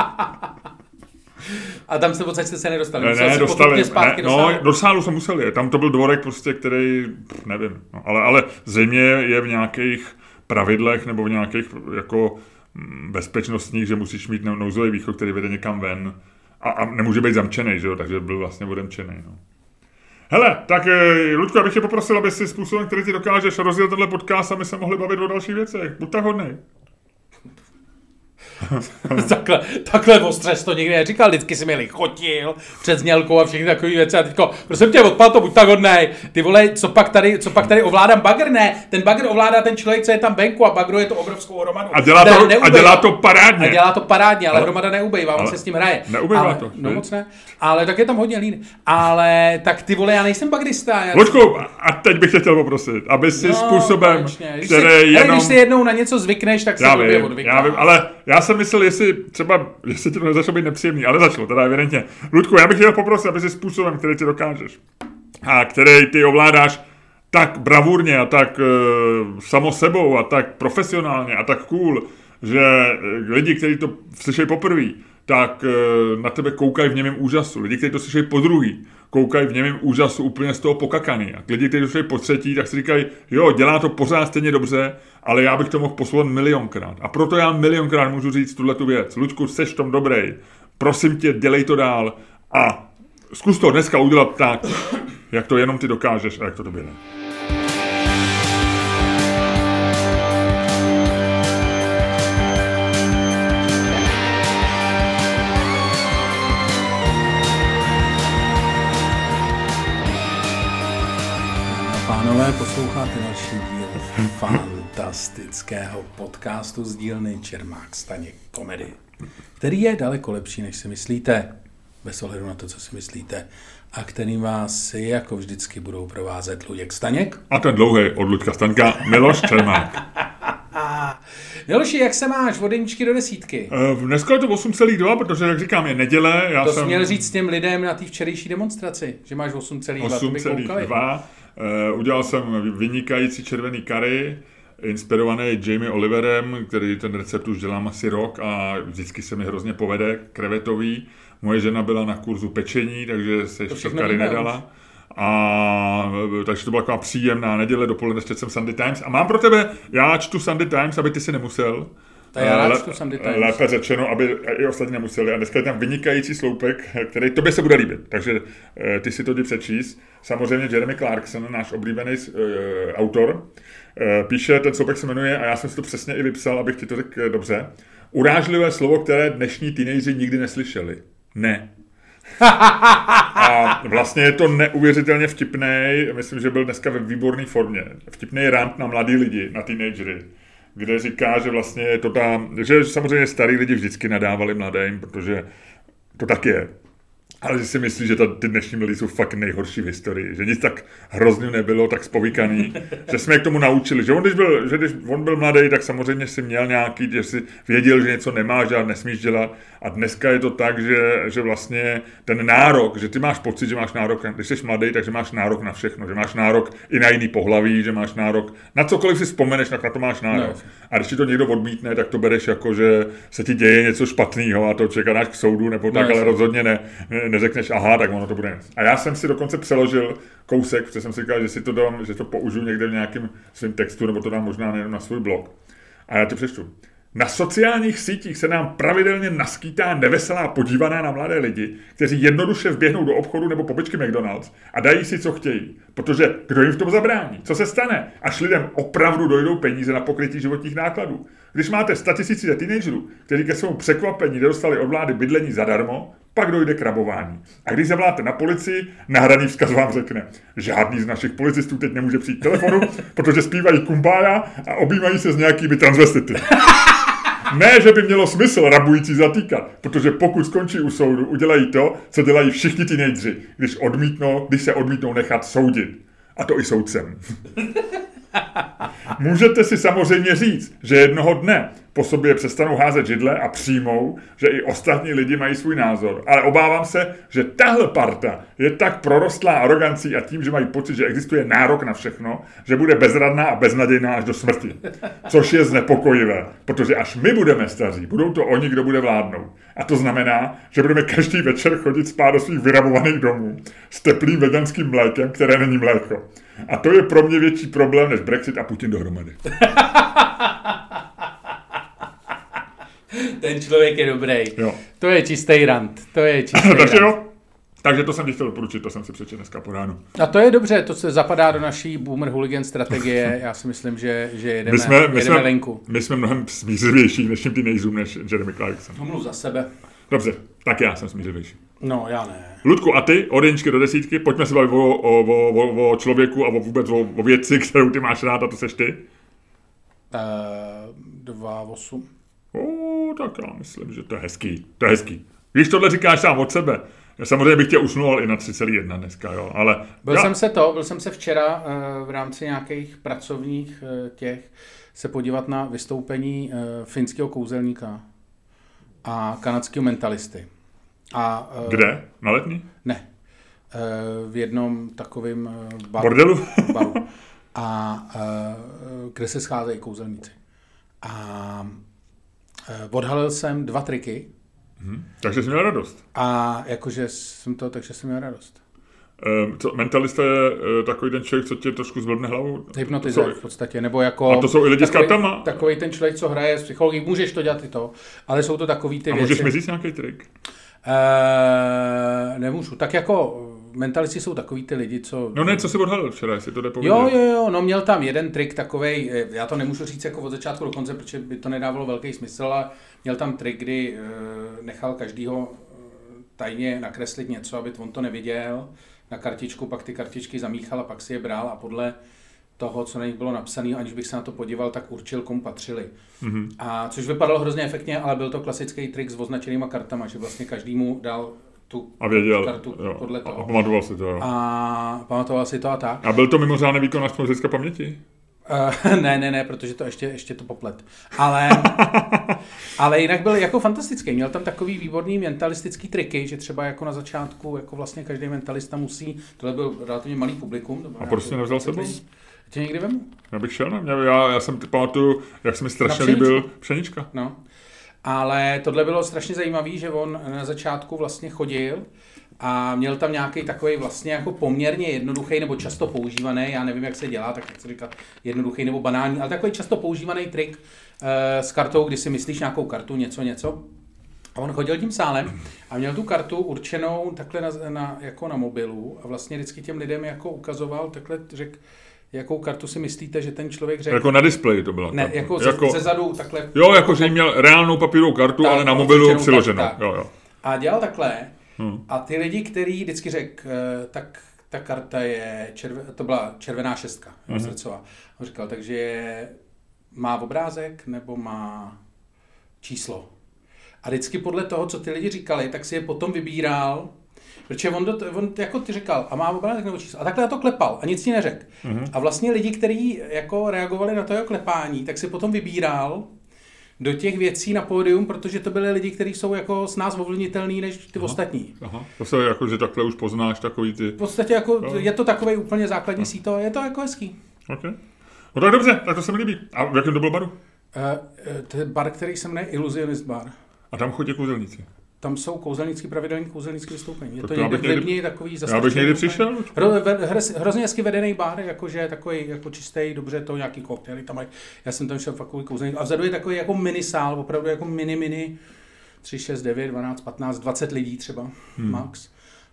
A tam se v podstatě se nedostali. Ne, ne, dostali. Ne, do no, do sálu jsme museli. Tam to byl dvorek prostě, který, nevím, no, ale, ale zřejmě je v nějakých pravidlech nebo v nějakých jako bezpečnostních, že musíš mít nouzový východ, který vede někam ven. A, a nemůže být zamčený, že jo, takže byl vlastně odemčený, no. Hele, tak Luďku, abych tě poprosil, aby si způsobem, který ti dokážeš, rozdělit tenhle podcast a my se mohli bavit o dalších věcech. Buď tak hodnej. takhle, takhle ostře to nikdy neříkal, vždycky si mi lichotil před znělkou a všechny takové věci a teďko, prosím tě, odpal to, buď tak hodnej. Ty vole, co pak tady, co pak tady ovládám bagr, ne? Ten bagr ovládá ten člověk, co je tam venku a bagruje to obrovskou hromadu. A dělá to, a dělá to parádně. A dělá to parádně, ale, ale hromada neubejvá, on se s tím hraje. Neubejvá ale, to. No moc ne, ale tak je tam hodně lín. Ale tak ty vole, já nejsem bagrista. Já Luďku, a teď bych tě chtěl poprosit, aby si no, způsobem, konečně. který si, jenom... Když si jednou na něco zvykneš, tak se to odvyká. Já vím, ale já jsem myslel, jestli třeba, jestli ti to nezačalo být nepříjemný, ale začalo, teda evidentně. Ludku, já bych chtěl poprosit, aby si způsobem, který ti dokážeš a který ty ovládáš tak bravurně a tak uh, samo sebou a tak profesionálně a tak cool, že lidi, kteří to slyšejí poprvé, tak uh, na tebe koukají v němém úžasu. Lidi, kteří to slyšejí podruhý, koukají v němém úžasu úplně z toho pokakaný. A lidi, kteří to slyšejí po třetí, tak si říkají, jo, dělá to pořád stejně dobře, ale já bych to mohl poslouchat milionkrát. A proto já milionkrát můžu říct tuhletu věc. Luďku, seš v tom dobrý. Prosím tě, dělej to dál. A zkus to dneska udělat tak, jak to jenom ty dokážeš a jak to tobě jde. Pánové, posloucháte další díl fantastického podcastu z dílny Čermák Staněk Komedy, který je daleko lepší, než si myslíte, bez ohledu na to, co si myslíte, a který vás jako vždycky budou provázet Luděk Staněk. A ten dlouhý od Luďka Staňka, Miloš Čermák. Miloši, jak se máš od jedničky do desítky? Uh, dneska je to osm celá dva, protože, jak říkám, je neděle. Já to jsem... jsi měl říct těm lidem na té včerejší demonstraci, že máš osm celá dva. osm celá dva. Uh, udělal jsem vynikající červený curry, inspirovaný Jamie Oliverem, který ten recept už dělám asi rok a vždycky se mi hrozně povede, krevetový. Moje žena byla na kurzu pečení, takže se ještě curry nedala. A takže to byla taková příjemná neděle, dopoledne četl jsem Sunday Times. A mám pro tebe, já čtu Sunday Times, aby ty si nemusel. Já rád čtu Sunday Times. Lépe řečeno, aby i ostatní nemuseli. A dneska je tam vynikající sloupek, který tobě se bude líbit. Takže ty si to jdi přečíst. Samozřejmě Jeremy Clarkson, náš oblíbený uh, autor, uh, píše, ten sloupek se jmenuje, a já jsem si to přesně i vypsal, abych ti to řekl dobře, urážlivé slovo, které dnešní teenageři nikdy neslyšeli. Ne. A vlastně je to neuvěřitelně vtipnej, myslím, že byl dneska ve výborné formě. Vtipnej rant na mladý lidi, na teenagery, kde říká, že vlastně je to tam, že samozřejmě starý lidi vždycky nadávali mladým, protože to tak je. Ale že si myslí, že ta, ty dnešní lidi jsou fakt nejhorší v historii, že nic tak hrozný nebylo, tak spovíkaný, že jsme je k tomu naučili, že on když byl, že když on byl mladý, tak samozřejmě si měl nějaký, že si věděl, že něco nemáš dělat, nesmíš dělat, a dneska je to tak, že, že vlastně ten nárok, že ty máš pocit, že máš nárok, když jsi mladý, takže máš nárok na všechno, že máš nárok i na jiný pohlaví, že máš nárok, na cokoliv si vzpomeneš, tak na to máš nárok. No. A když ti to někdo odmítne, tak to bereš jako, že se ti děje něco špatného a to čekáš k soudu, nebo tak, no, ale rozhodně ne, ne, neřekneš, aha, tak ono to bude. A já jsem si dokonce přeložil kousek, protože jsem si říkal, že si to dám, že to použiju někde v nějakém svém textu, nebo to dám možná nejenom na svůj blog. A já to přečtu. Na sociálních sítích se nám pravidelně naskýtá neveselá podívaná na mladé lidi, kteří jednoduše vběhnou do obchodu nebo pobočky McDonald's a dají si, co chtějí. Protože kdo jim v tom zabrání? Co se stane, až lidem opravdu dojdou peníze na pokrytí životních nákladů? Když máte statisíce teenagerů, kteří ke svému překvapení nedostali od vlády bydlení zadarmo, pak dojde k rabování. A když zavoláte na policii, nahraný vzkaz vám řekne: žádný z našich policistů teď nemůže přijít telefonu, protože zpívají kumbája a objímají se s nějakými transvestity. Ne, že by mělo smysl rabující zatýkat, protože pokud skončí u soudu, udělají to, co dělají všichni teenageři, když, odmítnou, když se odmítnou nechat soudit. A to i soudcem. Můžete si samozřejmě říct, že jednoho dne po sobě přestanou házet židle a přijmou, že i ostatní lidi mají svůj názor. Ale obávám se, že tahle parta je tak prorostlá arogancí a tím, že mají pocit, že existuje nárok na všechno, že bude bezradná a beznadějná až do smrti. Což je znepokojivé, protože až my budeme staří, budou to oni, kdo bude vládnout. A to znamená, že budeme každý večer chodit spát do svých vyrabovaných domů s teplým veganským mlékem, které není mléko. A to je pro mě větší problém než Brexit a Putin dohromady. Ten člověk je dobrý. Jo. To je čistý rant. To je čistý Takže rant. jo. Takže to jsem ti chtěl doporučit, to jsem si přečetl dneska po ránu. A to je dobře, to se zapadá do naší boomer hooligan strategie. Já si myslím, že, že jedeme, my jsme, my jedeme jsme, linku. My jsme mnohem smířivější dnešním teenagerům než Jeremy Clarkson. Mluv za sebe. Dobře, tak já jsem smířivější. No, já ne. Ludku, a ty, od jedničky do desítky, pojďme se bavit o, o, o, o člověku a o, vůbec o, o věci, kterou ty máš rád, a to seš ty. Uh, dva osm. O, tak já myslím, že to je hezký, to je hezký. Když tohle říkáš sám od sebe, samozřejmě bych tě usnul i na tři celá jedna dneska, jo, ale... Byl já... jsem se to, byl jsem se včera uh, v rámci nějakých pracovních uh, těch se podívat na vystoupení uh, finského kouzelníka a kanadského mentalisty. A, uh, Kde? Na Letní? Ne. Uh, v jednom takovém uh, baru. Bordelu? baru. A uh, kde se scházejí kouzelníci. A uh, odhalil jsem dva triky. Hmm. Takže jsi měl radost. A jakože jsem to, takže jsem měl radost. Um, co, mentalista je uh, takový ten člověk, co tě trošku zblbne hlavu? Hypnotizér v podstatě, nebo jako... A to jsou i lidi takový, s kartama? Takový ten člověk, co hraje s psychologií, můžeš to dělat i to, ale jsou to takový ty a věci... A můžeš mi říct nějaký trik? Uh, nemůžu. Tak jako mentalisti jsou takový ty lidi, co... No ne, co jsi odhalil včera, jestli to jde povědět. Jo, jo, jo, no měl tam jeden trik takovej, já to nemůžu říct jako od začátku do konce, protože by to nedávalo velký smysl, ale měl tam trik, kdy uh, nechal každýho uh, tajně nakreslit něco, aby on to neviděl na kartičku, pak ty kartičky zamíchal a pak si je bral a podle toho, co na nich bylo napsané, aniž bych se na to podíval, tak určil, komu patřili. Mm-hmm. A což vypadalo hrozně efektně, ale byl to klasický trik s označenýma kartama, že vlastně každému dal tu a věděl, kartu jo. podle toho. A pamatoval si to, jo. A pamatoval si to a tak. A byl to mimořádný výkon na z paměti? Uh, ne, ne, ne, protože to ještě, ještě to poplet. Ale, ale jinak byl jako fantastický. Měl tam takový výborný mentalistický triky, že třeba jako na začátku, jako vlastně každý mentalista musí, tohle byl relativně malý publikum. A proč jsi nevzal sebou? Tě někdy vemu? Já bych šel, ne? Já, já jsem pamatuju, jak se mi strašně líbil Pšenička. No. Ale tohle bylo strašně zajímavé, že on na začátku vlastně chodil a měl tam nějaký takový vlastně jako poměrně jednoduchý nebo často používaný, já nevím, jak se dělá, tak jak se říká, jednoduchý nebo banální, ale takový často používaný trik uh, s kartou, kdy si myslíš nějakou kartu, něco, něco. A on chodil tím sálem a měl tu kartu určenou takhle na, na, jako na mobilu a vlastně vždycky těm lidem jako ukazoval, takhle řekl, jakou kartu si myslíte, že ten člověk řekl? Jako na displeji to byla. Ne, jako, jako ze zadu takhle. Jo, jako že měl reálnou papírovou kartu, tak, ale na mobilu přiloženou. Tak, tak. Jo, jo. A dělal takhle. Hmm. A ty lidi, který vždycky řekl, tak ta karta je, červe, to byla červená šestka, hmm. srdcová. On říkal, takže je, má obrázek nebo má číslo. A vždycky podle toho, co ty lidi říkali, tak si je potom vybíral, protože on, do, on jako ty říkal, a má obrázek nebo číslo. A takhle na to klepal a nic ti neřekl. Mm-hmm. A vlastně lidi, kteří jako reagovali na to jeho klepání, tak si potom vybíral do těch věcí na pódium, protože to byly lidi, kteří jsou jako s nás ovlivnitelný než ty aha, ostatní. Aha. To se jako, že takhle už poznáš takový ty... V podstatě jako, no. Je to takový úplně základní síto, je to jako hezký. Okay. No tak dobře, tak to se mi líbí. A v jakém to byl baru? Uh, to je bar, který se jmenuje Illusionist bar. A tam chodí kouzelníci? tam jsou kouzelnický, pravidelný kouzelnický vystoupení. Je Tak to to někde abych v Libni někdy- takový Já bych někdy přišel. Hro, hro, hrozně hezky vedený bar, jakože takový jako čistý, dobře to nějaký koktejly tam mají. Já jsem tam šel fakt kvůli kouzelník. A vzadu je takový jako mini sál, opravdu jako mini, mini, tři, šest, devět, dvanáct, patnáct, dvacet lidí třeba, hmm. max.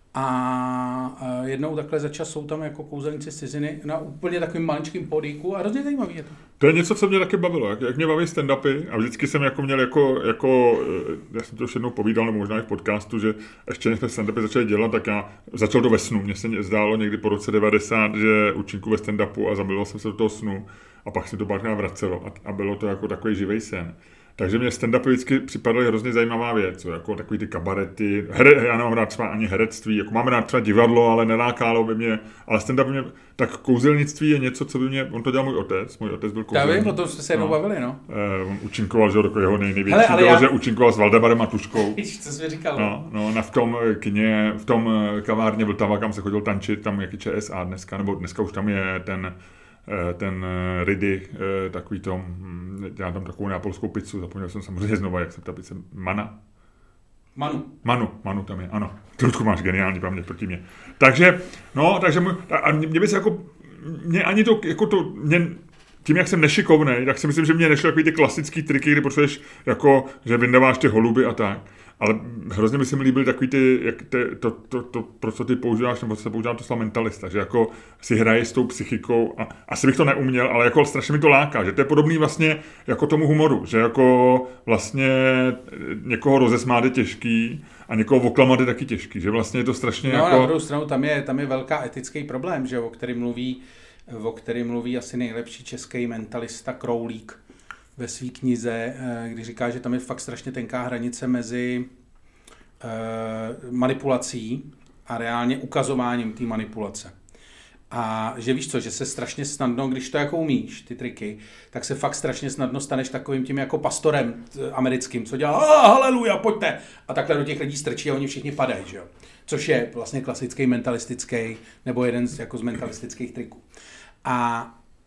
A jednou takhle za čas jsou tam jako kouzelníci z ciziny na úplně takovým maličkým podíku a hrozně zajímavý je to. To je něco, co mě taky bavilo, jak, jak mě baví stand-upy a vždycky jsem jako měl jako, jako, já jsem to už jednou povídal, nebo možná i v podcastu, že ještě než jsme stand-upy začali dělat, tak já začal to ve snu. Mně se zdálo někdy po roce devadesát, že účinku ve stand-upu a zamiloval jsem se do toho snu a pak se to párkrát vracelo a, a bylo to jako takový živej sen. Takže mě stand-upy vždycky připadaly hrozně zajímavá věc, jako takový ty kabarety, here, já nemám rád třeba ani herectví, jako mám rád třeba divadlo, ale nelákalo by mě, ale stand-up mě, tak kouzelnictví je něco, co by mě, on to dělal můj otec, můj otec byl kouzelník. Já vím, o tom jste se jednou no. bavili, no. Eh, on účinkoval, že jako jeho největší Hele, bylo, já... že účinkoval s Valdemarem Matuškou. Víš, co jsi mi říkal? No, no, na v tom kině, v tom kavárně Vltava, kam se chodil tančit, tam jaký ČSA dneska, nebo dneska už tam je ten ten Ridy, takový tom, já tam takovou neapolskou pizzu, zapomněl jsem samozřejmě znova, jak se ta pizza, Mana? Manu. Manu, Manu tam je, ano. Trudku máš geniální paměť proti mě. Takže, no, takže, a mě by se jako, mě ani to, jako to, mě, tím, jak jsem nešikovnej, tak si myslím, že mě nešly takový ty klasický triky, kdy potřebuješ, jako, že vyndáváš ty holuby a tak. Ale hrozně by se mi líbily takový ty, jak ty, to, to, to, pro co ty používáš, nebo co se používá to slovo mentalista, že jako si hraješ s tou psychikou a asi bych to neuměl, ale jako strašně mi to láká, že to je podobný vlastně jako tomu humoru, že jako vlastně někoho rozesmát je těžký a někoho oklamat je taky těžký, že vlastně je to strašně no, jako... No na druhou stranu tam je, tam je velká etický problém, že o kterém mluví, o kterém mluví asi nejlepší český mentalista Kroulík ve své knize, kdy říká, že tam je fakt strašně tenká hranice mezi uh, manipulací a reálně ukazováním té manipulace. A že víš co, že se strašně snadno, když to jako umíš, ty triky, tak se fakt strašně snadno staneš takovým tím jako pastorem americkým, co dělá ah, haleluja, pojďte. A takhle do těch lidí strčí a oni všichni padají, že jo. Což je vlastně klasický mentalistický, nebo jeden z, jako z mentalistických triků. A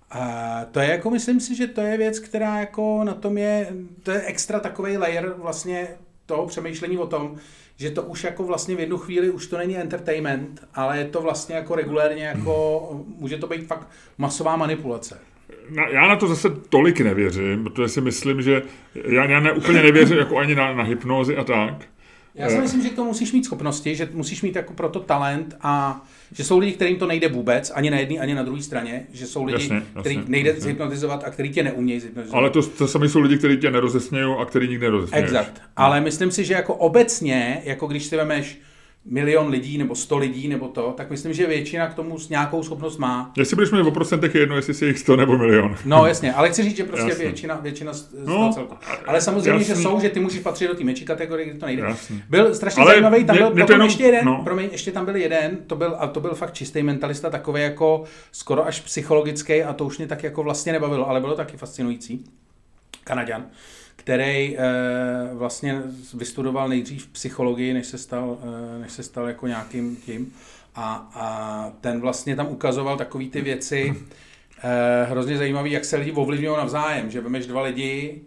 A to je jako, myslím si, že to je věc, která jako na tom je, to je extra takovej layer vlastně toho přemýšlení o tom, že to už jako vlastně v jednu chvíli už to není entertainment, ale je to vlastně jako regulérně jako, může to být fakt masová manipulace. Já na to zase tolik nevěřím, protože si myslím, že já, já ne, úplně nevěřím jako ani na, na hypnózy a tak. Já si myslím, že k tomu musíš mít schopnosti, že musíš mít jako proto talent a že jsou lidi, kterým to nejde vůbec, ani na jedné, ani na druhé straně, že jsou lidi, jasně, jasně, který nejde jasně. zhypnotizovat a který tě neumějí zhypnotizovat. Ale to, to sami jsou lidi, kteří tě nerozesmějí a který nikdy nerozesměješ. Exakt. Ale myslím si, že jako obecně, jako když si vemeš milion lidí nebo sto lidí nebo to, tak myslím, že většina k tomu s nějakou schopnost má. Jestli budeš mluvit o procentech jedno, jestli si jich sto nebo milion. No jasně, ale chci říct, že prostě jasně. většina, většina z, z no, toho celku. Ale samozřejmě, jasný. že jsou, že ty můžeš patřit do té menší kategorie, kde to nejde. Jasný. Byl strašně ale zajímavý, tam mě, byl mě potom jenom, ještě jeden, no. promiň, ještě tam byl jeden, to byl, a to byl fakt čistý mentalista, takový jako skoro až psychologický a to už mě tak jako vlastně nebavilo, ale bylo taky fascinující. Kanaďan, který e, vlastně vystudoval nejdřív psychologii, než se stal, e, než se stal jako nějakým tím. A, a ten vlastně tam ukazoval takový ty věci e, hrozně zajímavý, jak se lidi ovlivňují navzájem, že vemeš dva lidi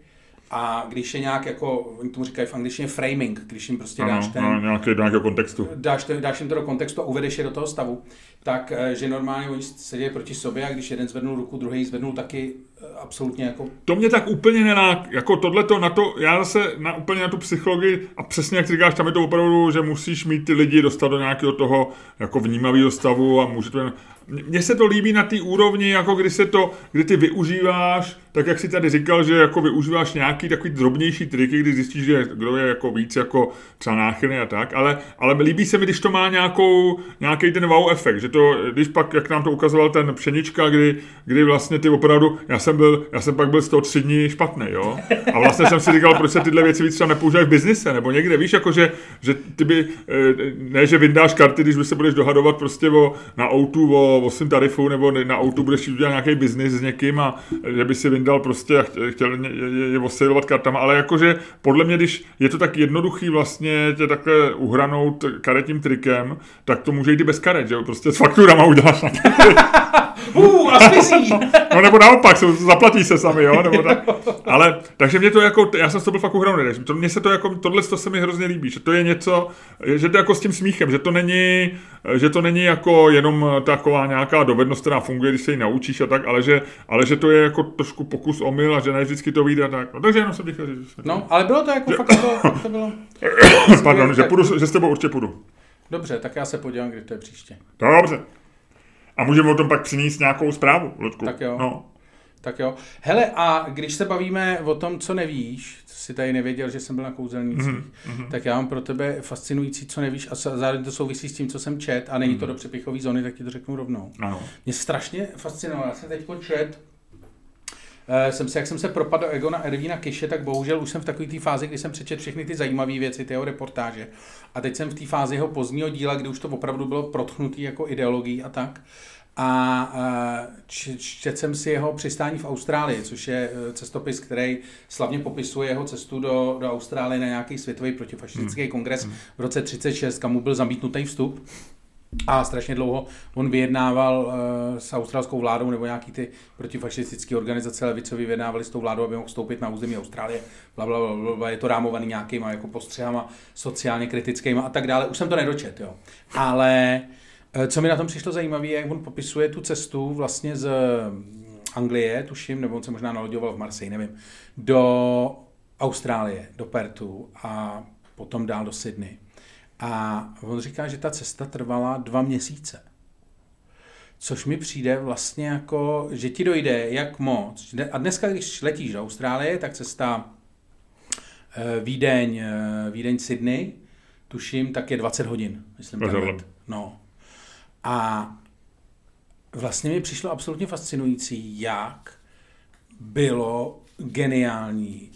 a když je nějak jako, oni tomu říkají v angličtině framing, když jim prostě dáš ano, ten... Ano, nějaký, do nějakého kontextu. Dáš, to, dáš jim to do kontextu a uvedeš je do toho stavu, tak že normálně oni sedějí proti sobě a když jeden zvednul ruku, druhý zvednul taky absolutně jako... To mě tak úplně nenák, jako tohleto na to, já zase na, úplně na tu psychologii a přesně jak ty říkáš, tam je to opravdu, že musíš mít ty lidi dostat do nějakého toho jako vnímavého stavu a může to... Mně se to líbí na té úrovni, jako kdy se to, kdy ty využíváš, tak jak jsi tady říkal, že jako využíváš nějaký takový drobnější triky, kdy zjistíš, že kdo je jako víc jako třeba náchylný a tak, ale, ale líbí se mi, když to má nějakou, nějaký ten wow efekt, že to, když pak, jak nám to ukazoval ten Pšenička, kdy, kdy vlastně ty opravdu, já jsem byl, já jsem pak byl z toho tři dní špatný, jo, a vlastně jsem si říkal, proč se tyhle věci víc třeba nepoužívají v biznise, nebo někde, víš, jako že, že ty by, ne, že vyndáš karty, když se budeš dohadovat prostě o, na autu o o svým tarifu, nebo na autu budeš udělat nějaký biznis s někým a že by si vyndal prostě a chtěl je, je osejlovat kartama, ale jakože podle mě, když je to tak jednoduchý vlastně tě takhle uhranout karetním trikem, tak to může jít i bez karet, že jo, prostě s fakturama uděláš na Uh, a smysí. No nebo naopak, jsou zaplatí se sami, jo, nebo tak. Ale, takže mě to jako, já jsem to byl fakt uhraný, to, mně se to jako, tohle to se mi hrozně líbí, že to je něco, že to jako s tím smíchem, že to není, že to není jako jenom taková nějaká dovednost, která funguje, když se ji naučíš a tak, ale že, ale že to je jako trošku pokus omyl a že ne vždycky to vyjde a tak. No, takže jenom jsem chtěl říct. No, ale bylo to jako že... fakt to, to bylo... Pardon, že, půjdu, že s tebou určitě půjdu. Dobře, tak já se podívám, kdy to je příště. Dobře. A můžeme o tom pak přinést nějakou zprávu, Ludku. Tak jo. No. Tak jo. Hele, a když se bavíme o tom, co nevíš, co jsi tady nevěděl, že jsem byl na kouzelnících, mm-hmm. tak já mám pro tebe fascinující, co nevíš a zároveň to souvisí s tím, co jsem čet a není mm-hmm. to do přepichové zóny, tak ti to řeknu rovnou. Ano. Mě strašně fascinovalo. Já jsem teď čet, uh, jsem se, jak jsem se propadl do Egona Ervína Kiše, tak bohužel už jsem v takové té fázi, kdy jsem přečet všechny ty zajímavé věci, ty jeho reportáže. A teď jsem v té fázi jeho pozdního díla, kdy už to opravdu bylo protchnutý jako ideologií a tak. A četl jsem si jeho Přistání v Austrálii, což je cestopis, který slavně popisuje jeho cestu do, do Austrálie na nějaký světový protifašistický hmm. kongres v roce třicet šest, kam mu byl zamítnutý vstup. A strašně dlouho on vyjednával uh, s australskou vládou, nebo nějaký ty protifašistické organizace levicový vyjednávali s tou vládou, aby mohl vstoupit na území Austrálie. Blablabla, bla, bla, bla, je to rámovaný nějakýma jako postřehama sociálně kritickýma a tak dále. Už jsem to nedočet, jo. Ale co mi na tom přišlo zajímavé, je, jak on popisuje tu cestu vlastně z Anglie, tuším, nebo on se možná naloďoval v Marseille, nevím, do Austrálie, do Perthu a potom dál do Sydney. A on říká, že ta cesta trvala dva měsíce. Což mi přijde vlastně jako, že ti dojde jak moc. A dneska, když letíš do Austrálie, tak cesta Vídeň, Vídeň Sydney, tuším, tak je dvacet hodin, myslím. No. A vlastně mi přišlo absolutně fascinující, jak bylo geniální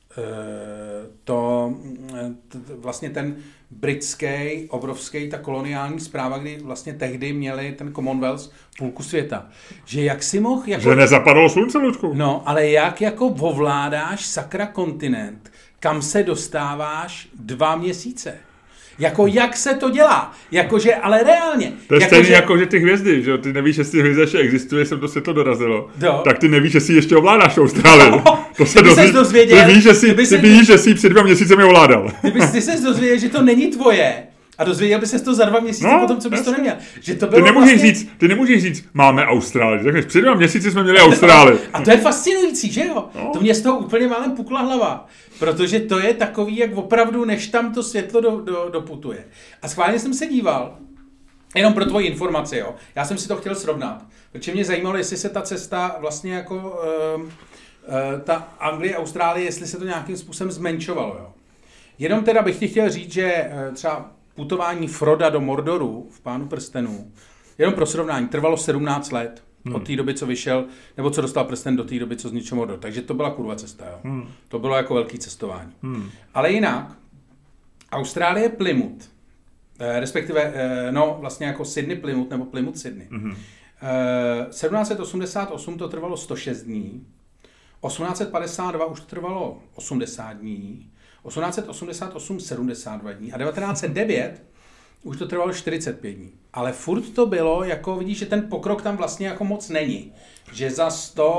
to, to vlastně ten britský, obrovský, ta koloniální správa, kdy vlastně tehdy měli ten Commonwealth půlku světa. Že jak si mohl... Jako, že nezapadlo slunce, Ludku. No, ale jak jako ovládáš sakra kontinent, kam se dostáváš dva měsíce. Jako jak se to dělá? Jakože, ale reálně. To je jako, stejný že... jako, že ty hvězdy, že ty nevíš, jestli hvězda ještě existuje, jsem to světlo dorazilo. Do. Tak ty nevíš, jestli ještě ovládáš Austrálii. No, to se ty dozví... dozvěděl, ty víš, že jsi, ty, ty víš, že jsi před dva měsícemi ovládal. Ty bys ty ses dozvěděl, že to není tvoje. A dozvěděl by ses to za dva měsíce no, potom, co bys to neměl. Že to bylo ty, nemůžeš vlastně... říct, ty nemůžeš říct, máme Austrálii. Řekneš, před dva měsíci jsme měli Austrálii. A to je fascinující, že jo? No. To mě z toho úplně málem pukla hlava. Protože to je takový, jak opravdu, než tam to světlo do, do, doputuje. A schválně jsem se díval, jenom pro tvoji informaci, jo. Já jsem si to chtěl srovnat. Protože mě zajímalo, jestli se ta cesta vlastně jako uh, uh, ta Anglie, Austrálie, jestli se to nějakým způsobem zmenšovalo, jo. Jenom teda bych ti chtěl říct, že uh, třeba putování Froda do Mordoru v Pánu prstenů, jenom pro srovnání, trvalo sedmnáct let. Hmm. Od té doby, co vyšel, nebo co dostal prsten do té doby, co zničil Mordor. Takže to byla kurva cesta, jo. Hmm. To bylo jako velký cestování. Hmm. Ale jinak, Austrálie Plymouth, eh, respektive, eh, no vlastně jako Sydney Plymouth, nebo Plymouth Sydney. Hmm. Eh, sedmnáct set osmdesát osm to trvalo sto šest dní, osmnáct set padesát dva už to trvalo osmdesát dní, osmnáct set osmdesát osm sedmdesát dva dní a devatenáct set devět už to trvalo čtyřicet pět dní. Ale furt to bylo, jako vidíš, že ten pokrok tam vlastně jako moc není. Že za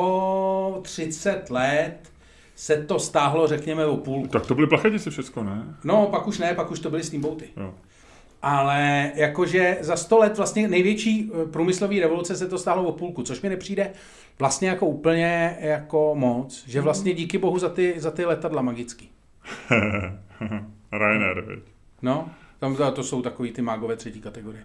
sto třicet let se to stáhlo, řekněme, o půlku. Tak to byly plachetice všechno, ne? No, pak už ne, pak už to byly steamboaty. Jo. Ale jakože za sto let vlastně největší průmyslový revoluce se to stáhlo o půlku, což mi nepřijde vlastně jako úplně jako moc. Že vlastně díky bohu za ty, za ty letadla magický. Ryanair, veď. No, tam to jsou takový ty mágové třetí kategorie.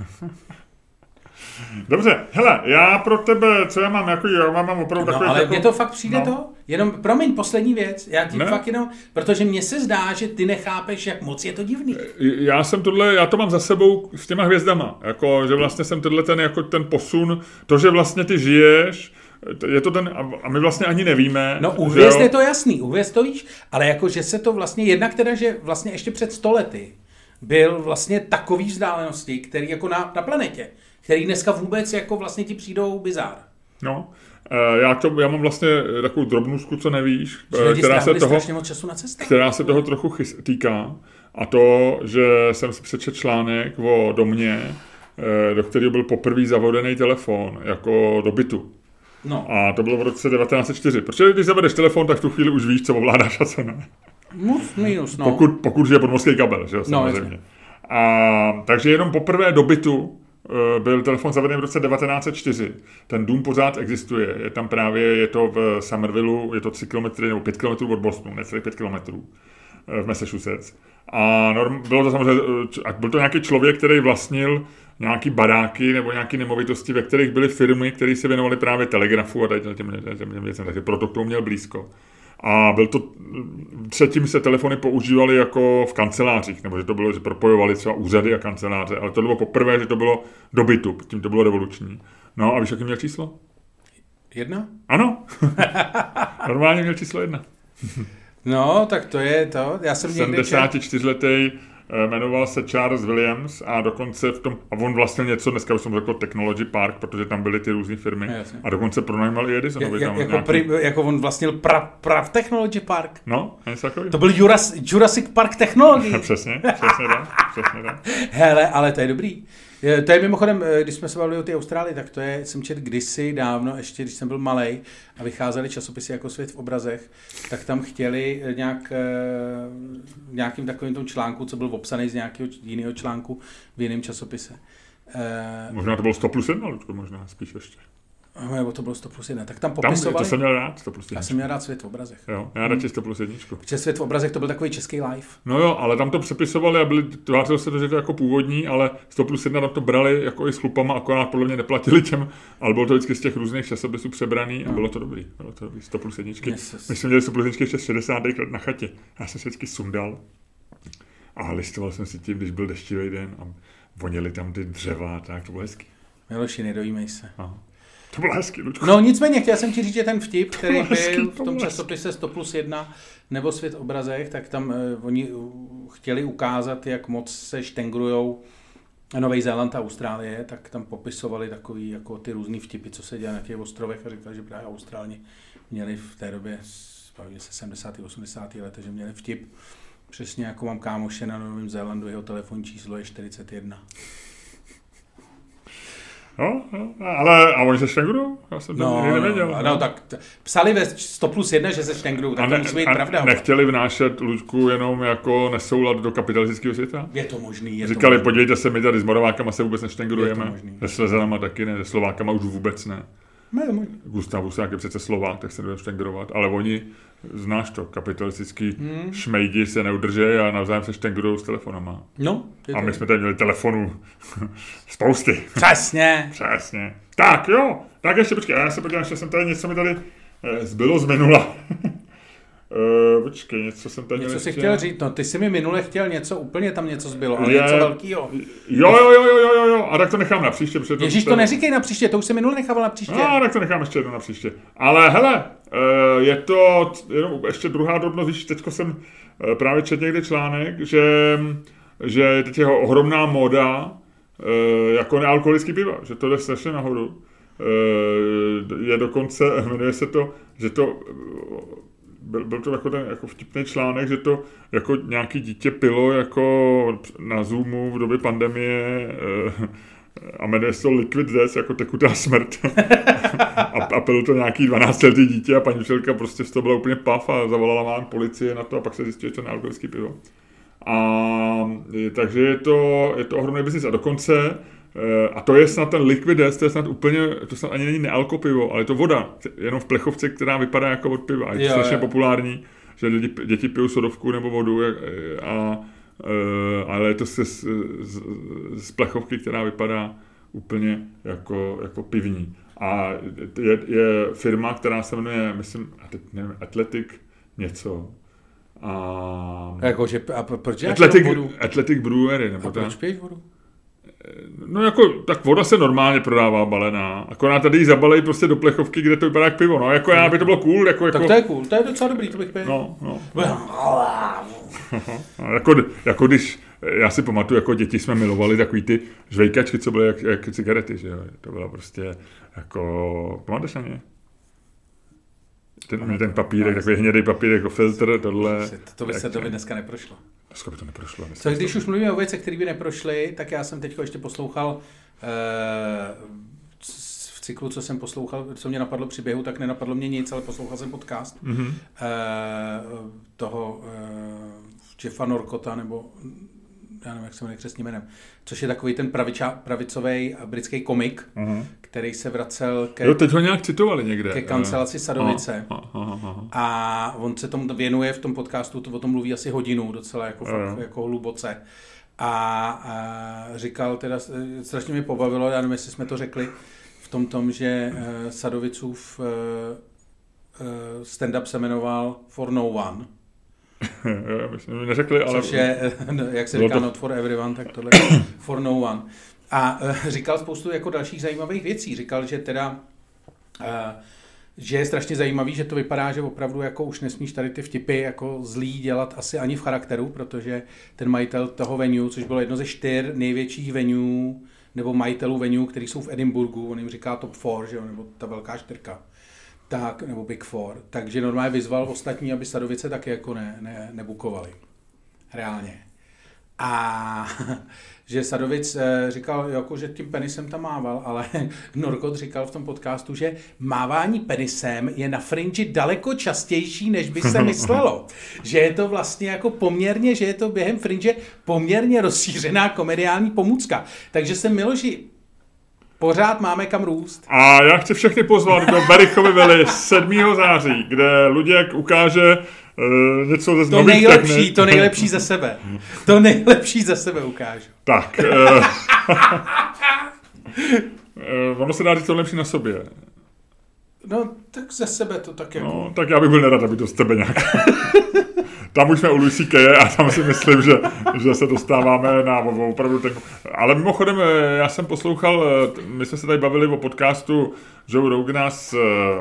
Dobře, hele, já pro tebe, co já mám, jako já mám opravdu no, takový... ale jako... mně to fakt přijde no. to, jenom, promiň, poslední věc, já ti ne? fakt jenom, protože mně se zdá, že ty nechápeš, jak moc je to divný. Já jsem tohle, já to mám za sebou s těma hvězdama, jako, že vlastně jsem tenhle ten, jako ten posun, to, že vlastně ty žiješ, je to ten, a my vlastně ani nevíme. No u hvězd je to jasný, u hvězd to víš, ale jako, že se to vlastně, jednak teda, že vlastně ještě před sto lety byl vlastně takový vzdálenosti, který jako na, na planetě, který dneska vůbec jako vlastně ti přijdou bizár. No, já, to, já mám vlastně takovou drobnůzku, co nevíš, že která se, toho, moc času na která se toho trochu chys, týká. A to, že jsem si přečetl článek o domě, do kterého byl poprvé zavodený telefon, jako do bytu. No. A to bylo v roce devatenáct set čtyři. Protože když zavedeš telefon, tak v tu chvíli už víš, co ovládáš a co ne. Mus, minus, no. Pokud, pokud je podmořský kabel, že jo, samozřejmě. No, a, takže jenom poprvé do bytu byl telefon zaveden v roce devatenáct set čtyři. Ten dům pořád existuje. Je tam právě, je to v Somervillu, je to tři kilometry nebo pět kilometrů od Bostonu, necelých pět kilometrů v Massachusetts. A norm, bylo to samozřejmě, byl to nějaký člověk, který vlastnil nějaký baráky nebo nějaké nemovitosti, ve kterých byly firmy, které se věnovaly právě telegrafu a těm, těm, těm věcem, takže proto k tomu měl blízko. A byl to, předtím se telefony používaly jako v kancelářích, nebo že to bylo, že propojovali třeba úřady a kanceláře, ale to bylo poprvé, že to bylo do bytu, tím to bylo revoluční. No a víš, jaký měl číslo? Jedna? Ano. Normálně měl číslo jedna. No, tak to je to. Já jsem někde sedmdesátičtyřletý jmenoval se Charles Williams a dokonce v tom, a on vlastnil něco, dneska už jsem řekl Technology Park, protože tam byly ty různé firmy. Jasně. A dokonce pronajímal i Edisonovi. Ja, jako, nějaký... jako on vlastnil pra, prav Technology Park. No, něco takový. To byl Juras, Jurassic Park Technology. Přesně, přesně tak, přesně tak. Hele, ale to je dobrý. To je mimochodem, když jsme se bavili o té Austrálii, tak to je, jsem četl kdysi dávno, ještě když jsem byl malej a vycházely časopisy jako Svět v obrazech, tak tam chtěli nějak, nějakým takovým tom článku, co byl obsaný z nějakého jiného článku v jiném časopise. Možná to bylo sto plus jedna, Lučko, možná spíš ještě. Nebo to bylo sto plus jedna. Tak tam popisovali... Tam, to jsem měl rád, sto plus jedna. Já jsem měl rád Svět v obrazech. Jo, já radši sto plus jedna. Protože Svět v obrazech to byl takový český live. No jo, ale tam to přepisovali a byli, tvářilo se to, že to jako původní, ale sto plus jedna tam to brali jako i s chlupama, akorát podle mě neplatili těm, ale bylo to vždycky z těch různých časopisů přebraný a no. bylo to dobrý. Bylo to dobrý, sto plus jedna. My jsme měli sto plus jedna ještě z šedesátých let na chatě. Já jsem se vždycky sundal a listoval jsem si tím, když byl deštivý den a vonili tam ty dřeva, tak to bylo hezký. Miloši, nedojímej se. Aha. To bylo hezký, Lučko. No nicméně, chtěl jsem ti říct, že ten vtip, který byl hezký, v tom časopise sto plus jedna nebo Svět v obrazech, tak tam uh, oni uh, chtěli ukázat, jak moc se štengrujou Nový Zéland a Austrálie, tak tam popisovali takový jako ty různý vtipy, co se dělá na těch ostrovech a říkali, že právě Austrálni měli v té době, bavíme se sedmdesátých osmdesátých let, že měli vtip. Přesně jako mám kámoše na Novém Zélandu, jeho telefonní číslo je čtyřicet jedna. No, no, ale a oni se štengrujou? Já jsem to no, nikdy nevěděl. No, no, tak t- psali ve sto plus jedna, že se štengrujou, tak ne, to musí být a pravda. Nechtěli vnášet, Luďku, jenom jako nesoulad do kapitalistického světa? Je to možný. Je Říkali, to možný. podívejte se, my tady s Moravákama se vůbec neštengrujeme, se je Slezanama taky ne, se Slovákama už vůbec ne. Ne, Gustav Husák je přece Slovák, tak se nebudeme štengrovat, ale oni, znáš to, kapitalistický hmm. šmejdi se neudržejí a navzájem se štengrujou s telefonama. No. A my jsme tady měli telefonů spousty. Přesně. Přesně. Tak jo, tak ještě počkej, já se podívám, že jsem tady něco mi tady eh, zbylo z minula. Uh, počkej, něco jsem tady... Něco jsi chtěl říct, no ty jsi mi minule chtěl něco, úplně tam něco zbylo, ale je, něco velkýho. Jo, jo, jo, jo, jo, jo, a tak to nechám na příště. Ježíš, to, to neříkej na příště, to už se minule nechával na příště. No, tak to nechám ještě jednou na příště. Ale hele, uh, je to jenom ještě druhá drobnost, víš, teďko jsem uh, právě četl někdy článek, že, že je teď jeho ohromná móda uh, jako nealkoholický piva, že to jde strašně nahoru. Uh, je dokonce, jmenuje se to, že to... Byl, byl to jako ten jako vtipný článek, že to jako nějaký dítě pilo jako na Zoomu v době pandemie eh, a jmenuje se to Liquid Death, jako tekutá smrt. a, a pilo to nějaký dvanáctiletý dítě a paní učitelka prostě z toho byla úplně pav a zavolala vám policie na to a pak se zjistilo, že to je nealkoholický pivo. A takže je to, je to ohromný biznis a dokonce a to je snad ten Liquid Death, to je snad úplně, to snad ani není nealko pivo, ale je to voda, jenom v plechovce, která vypadá jako od piva. A je to strašně jo. populární, že lidi, děti pijou sodovku nebo vodu, a, a, ale je to z, z, z plechovky, která vypadá úplně jako, jako pivní. A je, je firma, která se jmenuje, myslím, nevím, Athletic něco. A... Jako, že, a proč Athletic, vodu? Athletic Brewery. Nebo a proč piješ vodu? No jako, tak voda se normálně prodává balená, akorát tady ji zabalejí prostě do plechovky, kde to vypadá jak pivo, no jako já by to bylo cool, jako... Tak jako... to je cool, to je docela dobrý, to bych pil. No, no. no jako, jako když, já si pamatuju, jako děti jsme milovali takový ty žvejkačky, co byly jak, jak cigarety, že jo, to bylo prostě jako, pamatuješ na ně? Ten, ten papírek, takový hnědý papírek, jako filtr, tohle... To by se to by dneska neprošlo. Dneska by to neprošlo. Co když už mluvíme o věcech, které by neprošly, tak já jsem teď ještě poslouchal uh, v cyklu, co jsem poslouchal, co mě napadlo při běhu, tak nenapadlo mě nic, ale poslouchal jsem podcast mm-hmm. uh, toho uh, Jeffa Norcota, nebo já nevím, jak se jmenuje křestním jménem, což je takový ten pravicový britský komik, uh-huh. který se vracel ke, jo, teď ho nějak citovali někde. ke kancelaci Sadovice. Uh, uh, uh, uh. A on se tomu věnuje v tom podcastu, to o tom mluví asi hodinu, docela jako, uh, fakt, jako hluboce. A, a říkal teda, strašně mě pobavilo, já nevím, jestli jsme to řekli, v tom tom, že uh, Sadovicův uh, uh, stand-up se jmenoval For No One. My jsme neřekli, ale... Což je, jak se říká, to... not for everyone, tak tohle je for no one. A uh, říkal spoustu jako dalších zajímavých věcí. Říkal, že teda, uh, že je strašně zajímavý, že to vypadá, že opravdu jako už nesmíš tady ty vtipy jako zlý dělat asi ani v charakteru, protože ten majitel toho venue, což bylo jedno ze čtyř největších venue, nebo majitelů venue, který jsou v Edinburghu, on jim říká top four, že jo, nebo ta velká čtyřka. Tak, nebo Big Four. Takže normálně vyzval ostatní, aby Sadovice taky jako ne, ne, nebukovali. Reálně. A že Sadovic říkal, jako, že tím penisem tam mával, ale Norcott říkal v tom podcastu, že mávání penisem je na fringe daleko častější, než by se myslelo. Že je to vlastně jako poměrně, že je to během fringe poměrně rozšířená komediální pomůcka. Takže se Miloši, pořád máme kam růst. A já chci všechny pozvat do Berichovy vily sedmého září, kde Luděk ukáže uh, něco ze to nejlepší, technik. To nejlepší ze sebe. To nejlepší ze sebe ukážu. Tak. Uh, uh, ono se dá říct to lepší na sobě. No, tak ze sebe to tak jako... No, tak já bych byl nerad, aby to z tebe nějak... Tam už jsme u Louis C K a tam si myslím, že, že se dostáváme na opravdu ten... Ale mimochodem, já jsem poslouchal, my jsme se tady bavili o podcastu Joe Rogana s,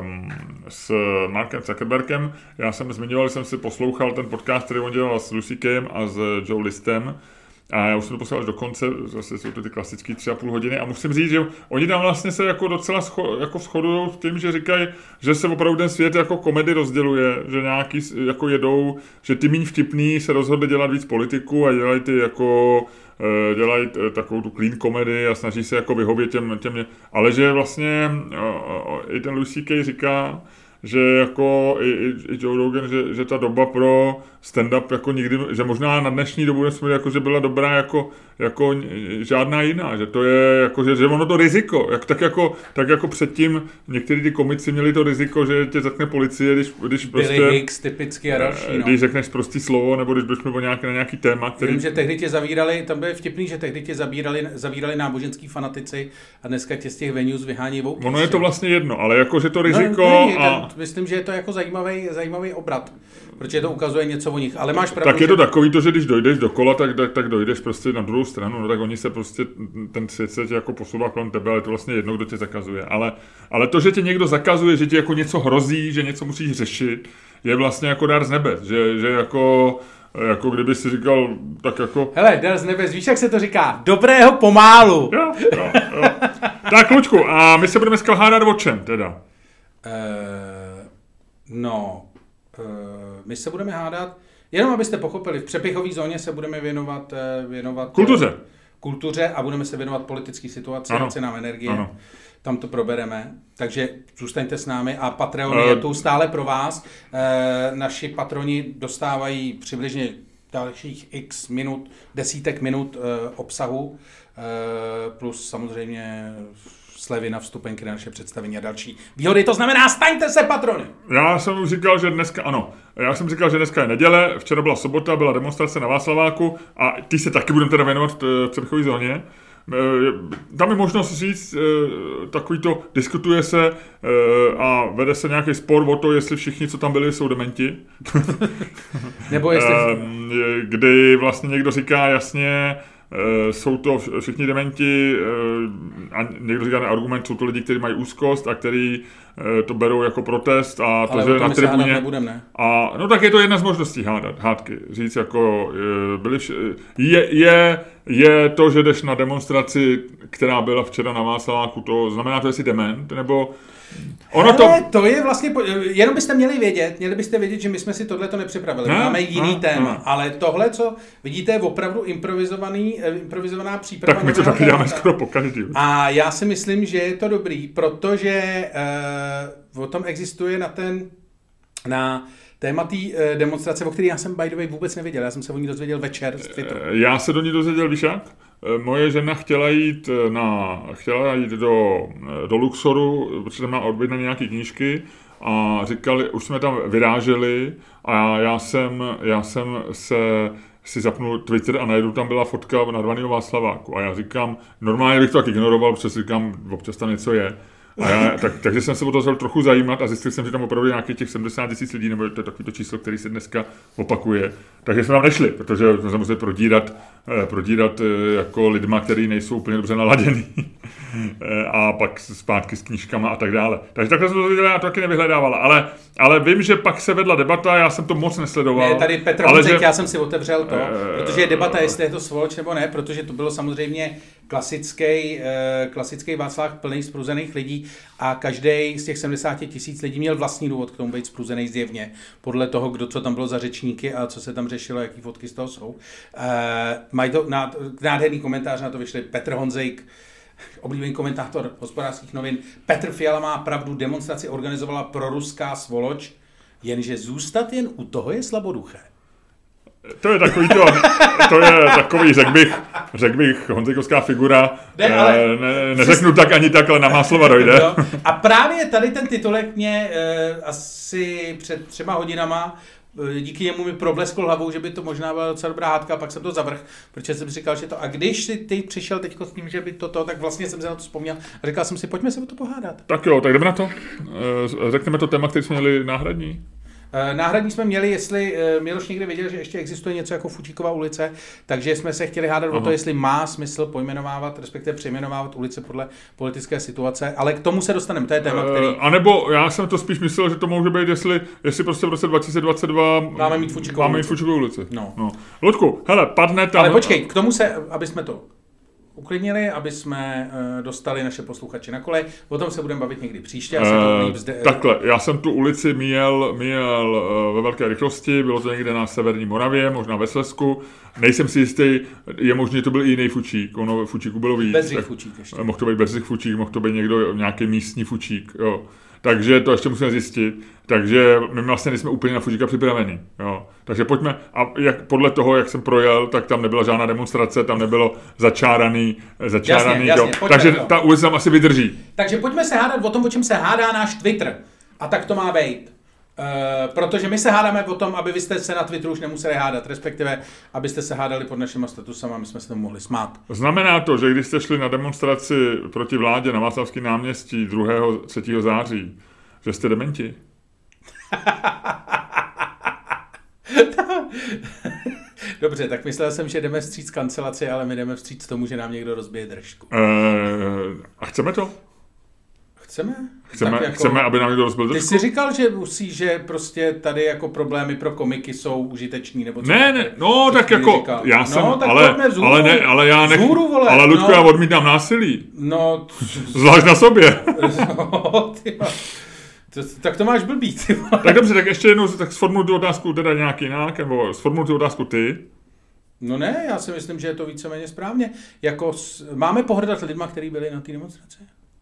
s Markem Zuckerbergem. Já jsem zmiňoval, že jsem si poslouchal ten podcast, který on dělal s Louis C K a s Joe Listem. A já už jsem to poslal až do konce, zase jsou to ty klasické tři a půl hodiny a musím říct, že oni tam vlastně se jako docela scho, jako shodují s tím, že říkají, že se opravdu ten svět jako komedy rozděluje, že nějaký jako jedou, že ty míň vtipný se rozhodli dělat víc politiku a dělají ty jako dělají takovou tu clean komedy a snaží se jako vyhovět těm, těm ale že vlastně i ten Louis C K říká, že jako i, i, i Joe Rogan, že, že ta doba pro stand-up jako nikdy, že možná na dnešní dobu nesmí, jako, že byla dobrá jako, jako žádná jiná, že to je jako, že, že ono to riziko, jak, tak, jako, tak jako předtím někteří ty komici měli to riziko, že tě zatkne policie, když, když prostě... Billy Hicks typicky a další, no. Když řekneš prostý slovo, nebo když bychom o nějaký, na nějaký téma, který... Vím, že tehdy tě zavírali, tam bylo vtipný, že tehdy tě zavírali, zavírali náboženský fanatici a dneska tě z těch venues vyhání vouky. Ono je to vlastně jedno, ale jako, že to riziko no, ne, a... ten, myslím, že je to jako zajímavý, zajímavý obrat, protože to ukazuje něco o nich, ale máš pravdu, tak je to že... takový to, že když dojdeš do kola, tak, tak, tak dojdeš prostě na druhou stranu, no tak oni se prostě, ten svět se tě jako posouvá kolem tebe, ale to vlastně jedno, kdo tě zakazuje, ale, ale to, že tě někdo zakazuje, že ti jako něco hrozí, že něco musíš řešit, je vlastně jako dar z nebes, že, že jako... Jako kdyby si říkal, tak jako... Hele, dar z nebes, víš, jak se to říká? Dobrého pomálu. Jo, jo, jo. Tak, Luďku, a my se budeme dneska hádat o čem, teda? Uh, no, uh, my se budeme hádat, jenom abyste pochopili, v přepichové zóně se budeme věnovat... Uh, věnovat kultuře. Kultuře a budeme se věnovat politické situaci a cenám energie. Ano. Tam to probereme, takže zůstaňte s námi a Patreon je tu stále pro vás. E, naši patroni dostávají přibližně dalších x minut, desítek minut e, obsahu, e, plus samozřejmě slevy na vstupenky na naše představení a další výhody. To znamená, staňte se patrony! Já jsem už říkal, že dneska, ano, já jsem říkal, že dneska je neděle, včera byla sobota, byla demonstrace na Václaváku a ty se taky budeme teda věnovat v přepichové zóně. Tam je možnost říct, takový to, diskutuje se a vede se nějaký spor o to, jestli všichni, co tam byli, jsou dementi. Nebo jestli... Kdy vlastně někdo říká jasně, jsou to všichni dementi a někdo říká argument, jsou to lidi, kteří mají úzkost a kteří to berou jako protest a to, ale že na tribuně nebudem, ne? A no tak je to jedna z možností hádat, hádky, říct jako byli vš- je, je je to, že jdeš na demonstraci, která byla včera na Václaváku, to znamená to, jestli dement, nebo... Ono to... Hele, to je vlastně, jenom byste měli vědět, měli byste vědět, že my jsme si tohle to nepřipravili, ne, máme jiný ne, téma, ne. Ale tohle, co vidíte, je opravdu improvizovaný, improvizovaná příprava. Tak my to taky děláme skoro po každý. A já si myslím, že je to dobrý, protože uh, o tom existuje na ten, na téma té uh, demonstrace, o které já jsem by the way vůbec nevěděl, já jsem se o ní dozvěděl večer z Twitteru. Já se do ní dozvěděl, víš jak? Moje žena chtěla jít, na, chtěla jít do, do Luxoru, protože tam má objednané nějaké knížky a říkali, už jsme tam vyráželi a já jsem, já jsem se si zapnul Twitter a najednou tam byla fotka narvaného Václaváku a já říkám, normálně bych to tak ignoroval, protože si říkám, občas tam něco je. A já, tak, takže jsem se o to začal trochu zajímat a zjistil jsem, že tam opravdu nějakých těch sedmdesát tisíc lidí, nebo to je takový to číslo, který se dneska opakuje. Takže jsme tam nešli, protože jsme se museli prodírat, prodírat jako lidma, kteří nejsou úplně dobře naladěný. A pak zpátky s knížkama a tak dále. Takže takhle jsem to viděl, já to taky nevyhledával. Ale, ale vím, že pak se vedla debata, já jsem to moc nesledoval. Ne, tady Petr Honzek, že... já jsem si otevřel to, protože je debata, jestli je to svoloč nebo ne, protože to bylo samozřejmě klasický, klasický Václav plný spruzených lidí a každý z těch sedmdesáti tisíc lidí měl vlastní důvod k tomu být spruzený zjevně, podle toho, kdo co tam bylo za řečníky a co se tam řešilo, jaký fotky z toho jsou. Mají to nádherný komentář, na to vyšli Petr Honzek, oblíbený komentátor Hospodářských novin. Petr Fiala má pravdu, demonstraci organizovala proruská svoloč, jenže zůstat jen u toho je slaboduché. To je takový to, to je takový, řekl bych, řekl bych, honzejkovská figura, ne, ale, ne, neřeknu tak ani tak, ale na má slova dojde. No, a právě tady ten titulek mě eh, asi před třema hodinama díky němu mi probleskl hlavou, že by to možná byla docela dobrá hádka, a pak jsem to zavrhl, protože jsem říkal, že to. A když si ty přišel teďko s tím, že by toto, tak vlastně jsem se na to vzpomněl a říkal jsem si, pojďme se o to pohádat. Tak jo, tak jdeme na to. Řekneme to téma, který jsme měli náhradní. Náhradní jsme měli, jestli Miloš někde věděl, že ještě existuje něco jako Fučíkova ulice, takže jsme se chtěli hádat Aha. o to, jestli má smysl pojmenovávat, respektive přejmenovávat ulice podle politické situace, ale k tomu se dostaneme, to je téma, který... A nebo já jsem to spíš myslel, že to může být, jestli, jestli prostě v roce dva tisíce dvacet dva máme mít Fučíkovou máme ulici. Mít Fučíkovou ulici. No. No. Ludku, hele, padne tam... Ale počkej, k tomu se, aby jsme to uklidnili, aby jsme uh, dostali naše posluchače na kolej. O tom se budeme bavit někdy příště. Uh, zde... Takhle, já jsem tu ulici míjel, míjel uh, ve velké rychlosti, bylo to někde na severní Moravě, možná ve Slezsku. Nejsem si jistý, je možný, to byl i jiný fučík, ono fučíku bylo víc. Bedřich fučík ještě. Mohl to být Bedřich fučík, mohl to být někdo, nějaký místní fučík, jo. Takže to ještě musíme zjistit. Takže my vlastně nejsme úplně na Fučíka připravení. Jo. Takže pojďme, a jak, podle toho, jak jsem projel, tak tam nebyla žádná demonstrace, tam nebylo začáraný, začáraný jasně, jasně, takže to. Ta ulice tam asi vydrží. Takže pojďme se hádat o tom, o čem se hádá náš Twitter. A tak to má být. Uh, protože my se hádáme o tom, aby vy jste se na Twitteru už nemuseli hádat, respektive abyste se hádali pod našima statusama, my jsme se tomu mohli smát. Znamená to, že když jste šli na demonstraci proti vládě na Václavském náměstí druhého třetího září, že jste dementi? Dobře, tak myslel jsem, že jdeme vstříc kancelaci, ale my jdeme vstříc tomu, že nám někdo rozbije držku. Uh, a chceme to? Chceme? Chceme, jako, chceme, aby nám někdo rozbil držku? Ty jsi říkal, že musí, že prostě tady jako problémy pro komiky jsou užiteční, nebo co? Ne, ne, no tak jako, říkal. já jsem, no, tak ale, ale ne, ale já nech, vzhůru, vole, ale Ludku, no, já odmítám násilí. No. Zvlášť na sobě. No, ty to, tak to máš blbý, ty vole. Tak dobře, tak ještě jednou, tak sformuluj tu otázku teda nějak jinak, nebo sformuluj tu otázku ty. No ne, já si myslím, že je to víceméně správně. Jako, máme pohrdat lidma, kteří byli na té demonstraci?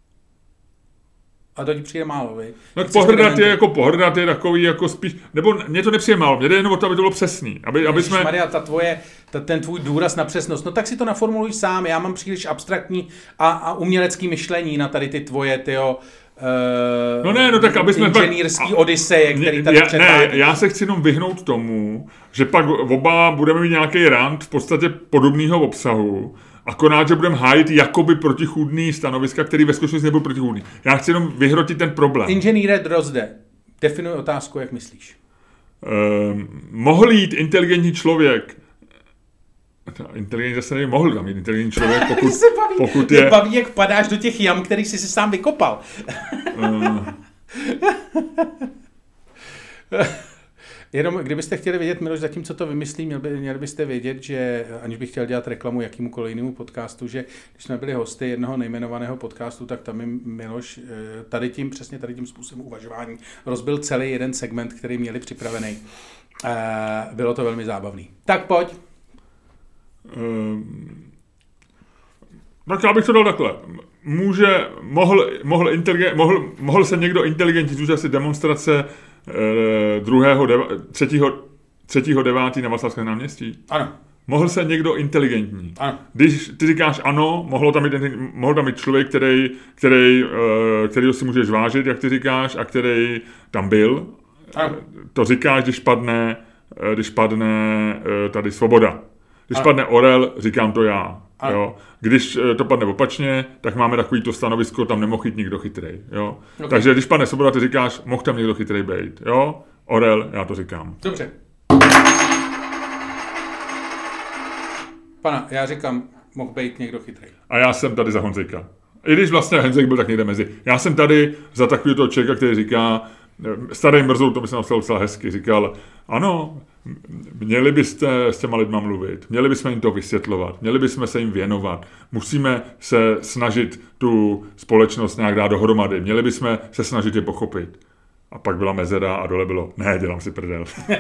A to ti přijde málo, vy? No pohrdat je jako pohrdat je takový jako spíš, nebo mě to nepřijde málo, mě jde jenom o to, aby to bylo přesný. Aby, aby jsme... Maria, ta tvoje, ta, ten tvůj důraz na přesnost, no tak si to naformuluj sám, já mám příliš abstraktní a, a umělecký myšlení na tady ty tvoje, tyjo, uh, no ne, no tak aby jsme inženýrský pak... odyseje, který tady předvádí. Ne, já se chci jenom vyhnout tomu, že pak oba budeme mít nějaký rant v podstatě podobného obsahu, akorát, že budeme hájit jakoby protichůdný stanoviska, který ve skutečnosti nebyl protichůdný. Já chci jenom vyhrotit ten problém. Inženýre Drozde, definuj otázku, jak myslíš. Um, mohl jít inteligentní člověk, inteligentní zase nevím, mohl tam jít inteligentní člověk, pokud, baví, pokud je... baví, jak padáš do těch jam, který jsi si sám vykopal. uh. Jenom kdybyste chtěli vědět, Miloš, zatímco to vymyslí, měl by, měli byste vědět, že aniž bych chtěl dělat reklamu jakýmukoliv jinému podcastu, že když jsme byli hosty jednoho nejmenovaného podcastu, tak tam mi Miloš tady tím, přesně tady tím způsobem uvažování rozbil celý jeden segment, který měli připravený. Bylo to velmi zábavný. Tak pojď. Um, tak já bych to dal takhle. Může, mohl, mohl, inteligen, mohl, mohl se někdo inteligentně zúčastnit demonstrace eh, druhého, deva, třetího, třetího devátý na Václavském náměstí? Ano. Mohl se někdo inteligentní? Ano. Když ty říkáš ano, mohlo tam být, mohl tam být člověk, který, který, eh, kterýho si můžeš vážit, jak ty říkáš, a který tam byl. Ano. To říkáš, když padne, když padne tady Svoboda. Když ano. padne Orel, říkám to já. Jo. Když to padne opačně, tak máme takovýto stanovisko, tam nemohl jít nikdo chytrej. Jo. Okay. Takže když padne Svoboda, ty říkáš, mohl tam někdo chytrej být. Jo. Orel, já to říkám. Dobře. Pana, já říkám, mohl být někdo chytrej. A já jsem tady za Honzejka. I když vlastně Honzejk byl tak někde mezi. Já jsem tady za takového toho člověka, který říká, starý Mrzout, to by se napsal docela hezky, říkal, ano, měli byste s těma lidma mluvit, měli bychom jim to vysvětlovat, měli bychom se jim věnovat, musíme se snažit tu společnost nějak dát dohromady, měli bychom se snažit je pochopit. A pak byla mezera a dole bylo, ne, dělám si prdel.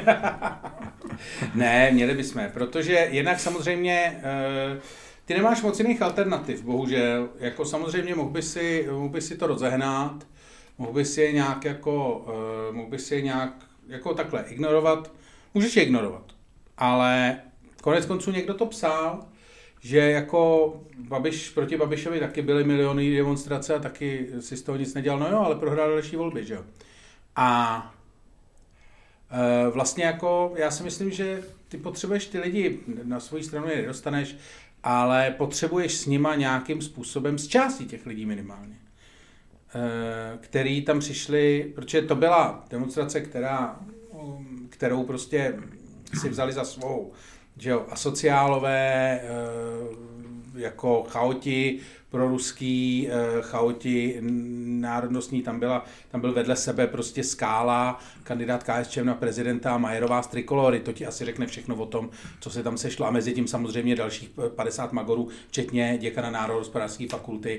Ne, měli bychom, protože jinak samozřejmě ty nemáš moc jiných alternativ, bohužel, jako samozřejmě mohl by si, mohl by si to rozehnat, mohl by si je nějak jako, uh, mohl by si je nějak jako takhle ignorovat, můžeš je ignorovat, ale konec konců někdo to psal, že jako Babiš, proti Babišovi taky byly miliony demonstrace a taky si z toho nic nedělal, no jo, ale prohrál další volby, že jo. A uh, vlastně jako, já si myslím, že ty potřebuješ ty lidi, na svou stranu je nedostaneš, ale potřebuješ s nima nějakým způsobem, z části těch lidí minimálně, který tam přišli, protože to byla demonstrace, která, kterou prostě si vzali za svou, že jo, asociálové, jako chaoti, proruský, chaoti národnostní, tam byla, tam byl vedle sebe prostě Skála, kandidát K S Č M na prezidenta a Majerová z Trikolory, to ti asi řekne všechno o tom, co se tam sešlo a mezi tím samozřejmě dalších padesát magorů, včetně děkana národohospodářské fakulty,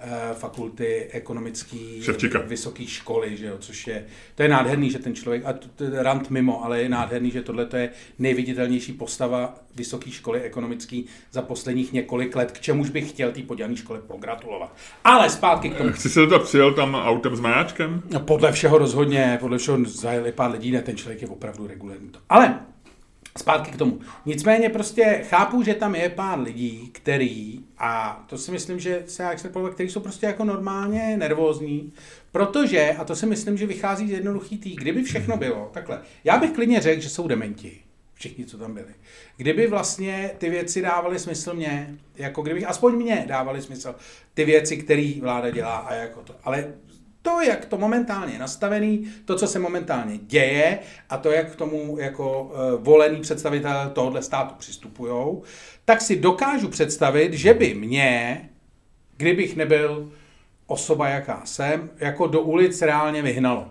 fakulty ekonomické vysoké školy, že jo, což je, to je nádherný, že ten člověk, a to je rant mimo, ale je nádherný, že tohle je nejviditelnější postava vysoké školy ekonomické za posledních několik let, k čemuž bych chtěl té podělané škole pogratulovat. Ale zpátky k tomu. Chci se to přijel tam autem s majáčkem? No, podle všeho rozhodně, podle všeho zajeli pár lidí, ne, ten člověk je opravdu regulérní. Ale zpátky k tomu. Nicméně prostě chápu, že tam je pár lidí, který, a to si myslím, že se jak se povedal, který jsou prostě jako normálně nervózní, protože, a to si myslím, že vychází z jednoduchý tý, kdyby všechno bylo takhle. Já bych klidně řekl, že jsou dementi. Všichni, co tam byli. Kdyby vlastně ty věci dávaly smysl mě, jako kdybych aspoň mě dávaly smysl, ty věci, které vláda dělá a jako to. Ale to, jak to momentálně je nastavený, to, co se momentálně děje a to, jak k tomu jako uh, volený představitelé tohohle státu přistupujou, tak si dokážu představit, že by mě, kdybych nebyl osoba, jaká jsem, jako do ulic reálně vyhnalo.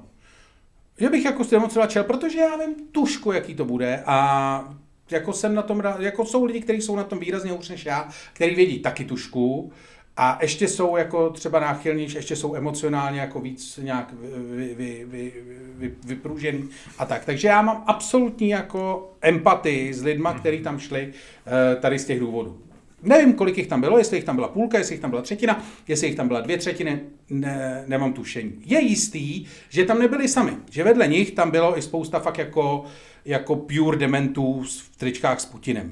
Že bych jako demonstroval čel, protože já vím tušku, jaký to bude a jako jsem na tom, jako jsou lidi, kteří jsou na tom výrazně hůř než já, kteří vědí taky tušku a ještě jsou jako třeba náchylnější, ještě jsou emocionálně jako víc nějak vy, vy, vy, vy, vypružený a tak. Takže já mám absolutní jako empatii s lidma, kteří tam šli tady z těch důvodů. Nevím, kolik jich tam bylo, jestli jich tam byla půlka, jestli jich tam byla třetina, jestli jich tam byla dvě třetiny, ne, nemám tušení. Je jistý, že tam nebyli sami, že vedle nich tam bylo i spousta fakt jako, jako pure dementů v tričkách s Putinem.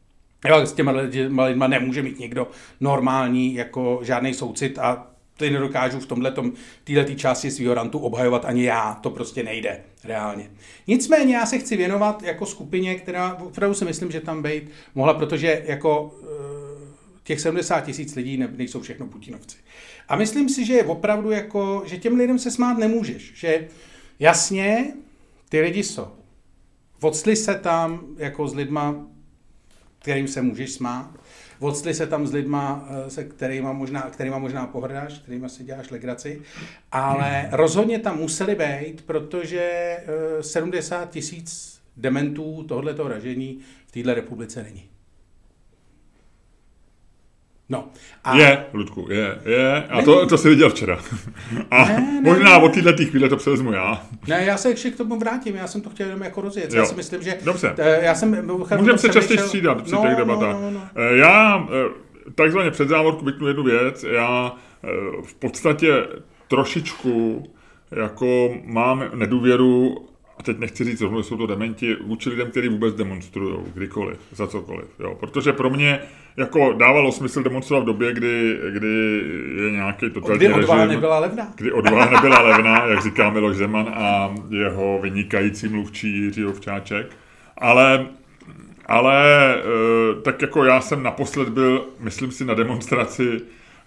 Jo, s těma lidma nemůže mít někdo normální, jako žádný soucit a ty nedokážu v tomhletom, této části svýho rantu obhajovat ani já, to prostě nejde reálně. Nicméně já se chci věnovat jako skupině, která opravdu si myslím, že tam být mohla, protože jako těch sedmdesát tisíc lidí ne, nejsou všechno Putinovci. A myslím si, že je opravdu jako, že těm lidem se smát nemůžeš, že jasně ty lidi jsou. Odstli se tam jako s lidma, kterým se můžeš smát, odstli se tam s lidma, se kterýma možná, kterýma možná pohrdáš, kterýma si děláš legraci, ale rozhodně tam museli být, protože sedmdesát tisíc dementů tohoto ražení v této republice není. No. A... Je, Ludku, je, je. A to, to jsi viděl včera. A ne, ne, možná ne. Od této chvíle to převezmu já. Ne, já se ještě k tomu vrátím, já jsem to chtěl jenom jako rozjet. Jo. Já si myslím, že... Dobře. Já jsem... Můžeme se častěji střídat při no, těch debatách. No, no, no. Já takzvaně před závorku vyknu jednu věc. Já v podstatě trošičku jako mám nedůvěru, a teď nechci říct, že jsou to dementi, vůči lidem, kteří vůbec demonstrují, kdykoliv, za cokoliv. Jo. Protože pro mě jako dávalo smysl demonstrovat v době, kdy, kdy je nějaký totální režim. Kdy odvaha nebyla levná. Kdy odvaha nebyla levná, jak říká Miloš Zeman a jeho vynikající mluvčí Jiří Ovčáček. Ale, ale tak jako já jsem naposled byl, myslím si, na demonstraci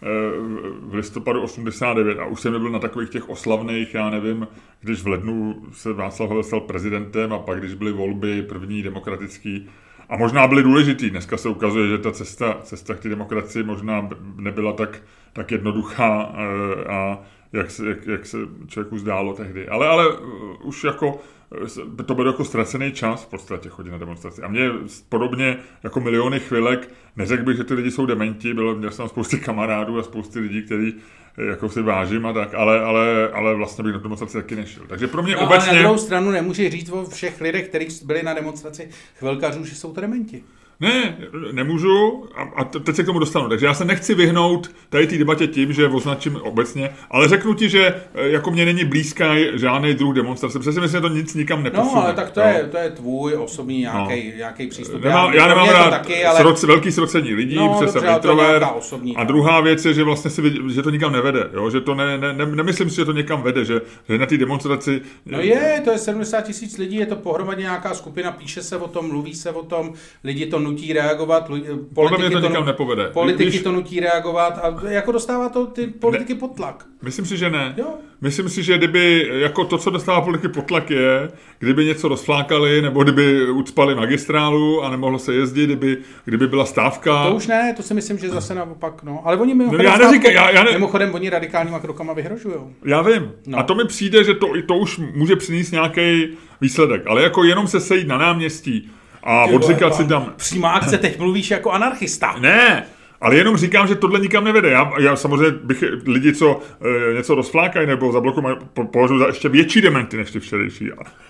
v listopadu osmdesát devět a už jsem nebyl na takových těch oslavných, já nevím, když v lednu se Václav Havel stal prezidentem a pak když byly volby první demokratický a možná byly důležitý. Dneska se ukazuje, že ta cesta, cesta k té demokracii možná nebyla tak, tak jednoduchá a jak se, jak, jak se člověku zdálo tehdy. Ale, ale už jako to byl jako ztracený čas v podstatě chodit na demonstraci. A mě podobně jako miliony chvilek, neřekl bych, že ty lidi jsou dementi, bylo, měl jsem spousty kamarádů a spousty lidí, který jako si vážím a tak, ale, ale, ale vlastně bych na demonstraci taky nešel. Takže pro mě no, obecně... Ale na druhou stranu nemůžeš říct o všech lidech, kteří byli na demonstraci chvilkařů, že jsou to dementi. Ne, nemůžu a teď se k tomu dostanu. Takže já se nechci vyhnout tady té debatě tím, že označím obecně, ale řeknu ti, že jako mě není blízká žádný druh demonstrace, protože si myslím, že to nic nikam neposune. No, ale tak to, je, to je tvůj osobní nějaký, no. nějaký přístup. Nemá, já, já nemám rád taky, ale... sroc, velký srocení lidí, no, protože jsem introvert. A druhá věc je, že vlastně si vidí, že to nikam nevede. Jo? Že to ne, ne, ne, nemyslím si, že to někam vede, že, že na té demonstraci... No je, to je sedmdesát tisíc lidí, je to pohromadě nějaká skupina, píše se o tom, mluví se o tom, lidi to nutí reagovat, politiky to, to, nepovede. politiky Když... to nutí reagovat a jako dostává to ty politiky ne, pod tlak. Myslím si, že ne. Jo. Myslím si, že kdyby, jako to, co dostává politiky pod tlak je, kdyby něco rozflákali, nebo kdyby ucpali magistrálu a nemohlo se jezdit, kdyby, kdyby byla stávka. To už ne, to si myslím, že zase naopak, no. Ale oni mimochodem, no, já neříkám, já, já ne... mimochodem oni radikálníma krokama vyhrožujou. Já vím. No. A to mi přijde, že to, to už může přinést nějaký výsledek. Ale jako jenom se sejít na náměstí a odříkat si tam... Přímá akce, teď mluvíš jako anarchista. Ne, ale jenom říkám, že tohle nikam nevede. Já, já samozřejmě bych lidi, co e, něco rozflákají nebo zablokují, po, považuji za ještě větší dementy než ty včerejší.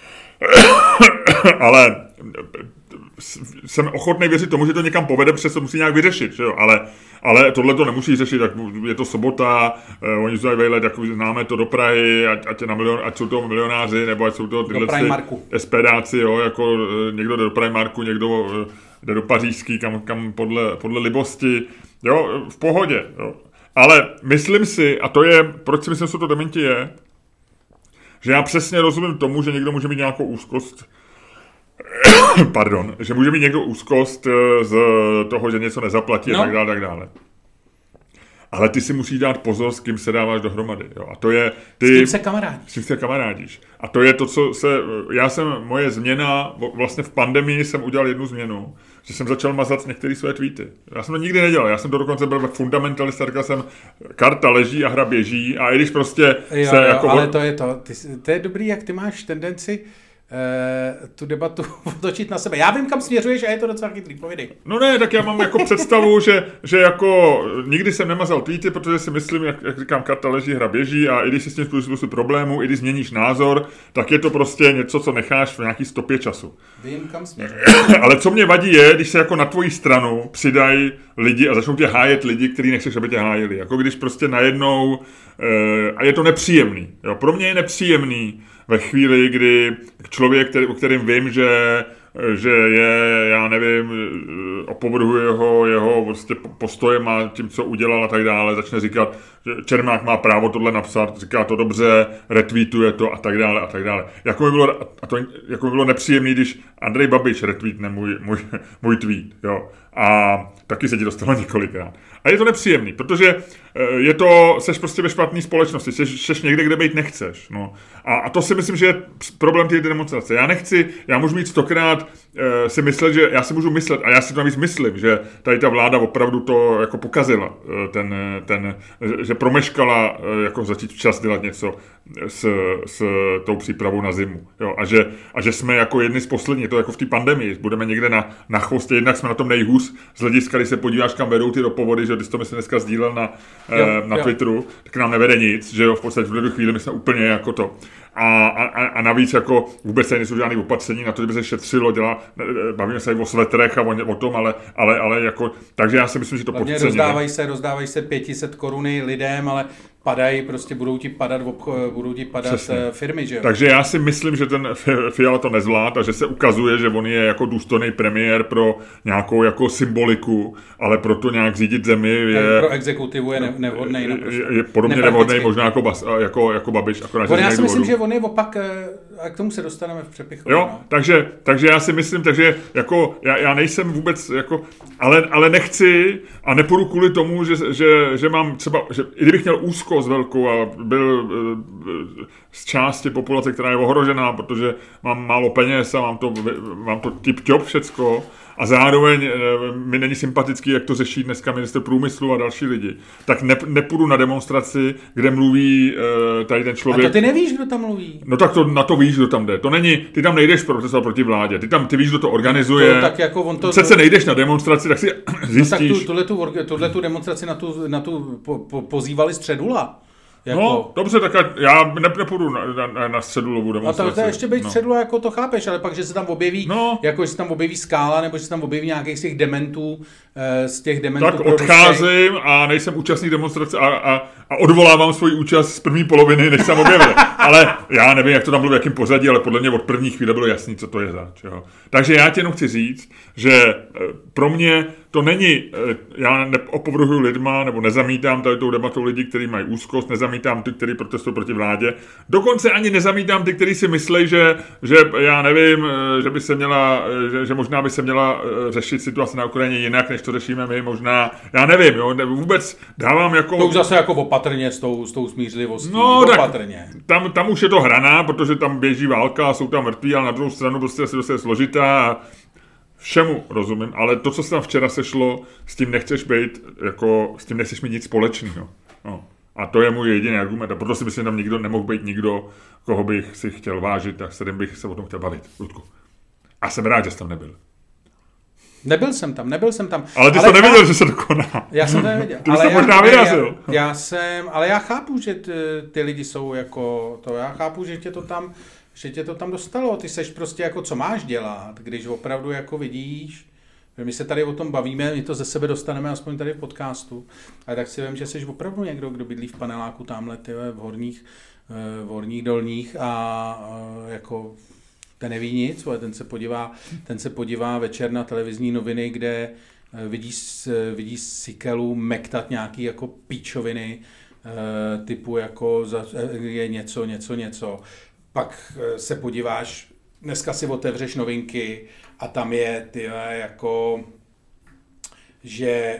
Ale jsem ochotný věřit tomu, že to někam povede, protože se musí nějak vyřešit. Že jo? Ale, ale tohle to nemusí řešit, tak je to sobota, eh, oni jsou vejlet, jako známe to do Prahy, ať, ať, na milion, ať jsou to milionáři, nebo ať jsou to tyhle SPDáci, jo, jako eh, někdo jde do Primarku, někdo eh, jde do Pařížský, kam, kam podle, podle libosti, jo, v pohodě. Jo. Ale myslím si, a to je, proč si myslím, že to dementi je, že já přesně rozumím tomu, že někdo může mít nějakou úzkost, pardon, že může mít někdo úzkost z toho, že něco nezaplatí no. a tak dále, tak dále. Ale ty si musíš dát pozor, s kým se dáváš dohromady. Jo. A to je, ty, s kým se kamarádíš. S kým se kamarádíš. A to je to, co se... Já jsem, moje změna, vlastně v pandemii jsem udělal jednu změnu, že jsem začal mazat některé své tweety. Já jsem to nikdy nedělal. Já jsem to dokonce byl fundamentalista, říkal jsem, karta leží a hra běží. A i když prostě jo, se jo, jako... ale to je to. Ty, to je dobrý, jak ty máš tendenci tu debatu otočit na sebe. Já vím, kam směřuješ a je to docela chytrý, povědej. No ne, tak já mám jako představu, že, že jako nikdy jsem nemazal tweety, protože si myslím, jak, jak říkám, karta leží, hra běží a i když si s tím způsobem problémů, i když změníš názor, tak je to prostě něco, co necháš v nějaký stopě času. Vím, kam směřuješ. Ale co mě vadí je, když se jako na tvoji stranu přidají lidi a začnou tě hájet lidi, který nechceš, aby tě hájili. Jako když prostě najednou, e, a je to nepříjemný. Jo, pro mě je nepříjemný ve chvíli, kdy člověk, který, o kterým vím, že, že je, já nevím, opovrhuje ho jeho prostě postojem a tím, co udělal a tak dále, začne říkat, že Čermák má právo tohle napsat, říká to dobře, retweetuje to a tak dále a tak dále. Jako by bylo, a to, jako by bylo nepříjemný, když Andrej Babiš retweetne můj, můj, můj tweet, jo. A taky se ti dostalo několikrát. A je to nepříjemný, protože je to, seš prostě ve špatné společnosti, seš, seš někde, kde být nechceš, no. A, a to si myslím, že je problém té demonstrace. Já nechci, já můžu mít stokrát e, si myslet, že já si můžu myslet, a já si to navíc myslím, že tady ta vláda opravdu to jako pokazila, ten, ten, že promeškala jako začít včas dělat něco s, s tou přípravou na zimu. Jo? A, že, a že jsme jako jedni z posledních, to jako v té pandemii, budeme někde na, na chvostě, jednak jsme na tom nejhůř z hlediska, když se podíváš, kam vedou ty ropovody, že když to myslím dneska sdílel na, jo, na jo. Twitteru, tak nám nevede nic, že jo, v podstatě v tuto chvíli my jsme úplně jako to. A, a, a navíc jako vůbec se nejsou žádný opatření na to, kdyby se šetřilo, dělá, bavíme se i o svetrech a o, o tom, ale, ale, ale jako, takže já si myslím, že to podcenili. Rozdávají se, rozdávají se pět set koruny lidem, ale padají, prostě budou ti padat, budou ti padat Přesně. firmy, že jo? Takže já si myslím, že ten Fiala to nezvlád a že se ukazuje, že on je jako důstojný premiér pro nějakou jako symboliku, ale pro to nějak řídit zemi je... Pro exekutivu je ne, nevhodnej. Je, je podobně nevhodnej, možná jako, bas, jako, jako Babiš. On, já si myslím, že on je opak, a k tomu se dostaneme v přepichu. Jo, no. takže, takže já si myslím, takže jako já, já nejsem vůbec jako, ale, ale nechci a nepůjdu kvůli tomu, že, že, že mám třeba, že i kdybych měl úzkost velkou a byl z části populace, která je ohrožená, protože mám málo peněz a mám to, mám to tip-top všecko, a zároveň mi není sympatický, jak to řeší dneska ministr průmyslu a další lidi. Tak ne, nepůjdu na demonstraci, kde mluví uh, tady ten člověk. A to ty nevíš, kdo tam mluví. No tak to, na to víš, kdo tam jde. To není, ty tam nejdeš protestovat proti vládě. Ty tam, ty víš, kdo to organizuje. To, tak jako on to, Přece nejdeš na demonstraci, tak si zjistíš. No tak tu, tuhletu, tuhletu demonstraci na tu, na tu po, po, pozývali Středula. Jako... No, dobře, tak já ne, nepůjdu na, na, na Středulovu demonstraci. A to, to ještě být no. Středula, jako to chápeš, ale pak, že se tam objeví, no. jako že se tam objeví Skála, nebo že se tam objeví nějakých z těch dementů, z těch dementů. Tak odcházím a nejsem účastník demonstrace a, a, a odvolávám svoji účast z první poloviny, než jsem objevil. Ale já nevím, jak to tam bylo, v jakém pořadí, ale podle mě od první chvíle bylo jasný, co to je zač. Jo. Takže já ti jenom chci říct, že pro mě to není, já neopovrhuji lidma, nebo nezamítám tady tou debatou lidi, kteří mají úzkost, nezamítám ty, kteří protestují proti vládě. Dokonce ani nezamítám ty, kteří si myslí, že, že já nevím, že by se měla, že, že možná by se měla řešit situace na Ukrajině jinak, než to řešíme my, možná, já nevím, jo, vůbec dávám jako... To už zase jako opatrně s tou, s tou smířlivostí, no, opatrně. Tam, tam už je to hraná, protože tam běží válka, jsou tam mrtví, ale na druhou stranu prostě asi dost je složitá a všemu rozumím, ale to, co se tam včera sešlo, s tím nechceš být, jako, s tím nechceš mít nic společného. No. A to je můj jediný argument a proto si myslím, že tam nikdo nemohl být nikdo, koho bych si chtěl vážit a s kterým bych se o tom chtěl bavit. Ludku. A jsem rád, že jsi tam nebyl. Nebyl jsem tam, nebyl jsem tam. Ale ty jsi to neviděl, cháp... že se to koná. Já jsem to neviděl. Ty jsi to možná vyrazil. Já, já jsem, ale já chápu, že ty, ty lidi jsou jako to, já chápu, že tě to tam, že tě to tam dostalo. Ty seš prostě jako, co máš dělat, když opravdu jako vidíš, že my se tady o tom bavíme, my to ze sebe dostaneme aspoň tady v podcastu, ale tak si vím, že jsi opravdu někdo, kdo bydlí v paneláku tamhle, ty v horních, v horních dolních a jako ten neví nic, ale ten se podívá, ten se podívá večer na televizní noviny, kde vidí, vidí Sikelu mektat nějaký jako píčoviny, typu jako je něco, něco, něco. Pak se podíváš, dneska si otevřeš novinky a tam je ty jako, že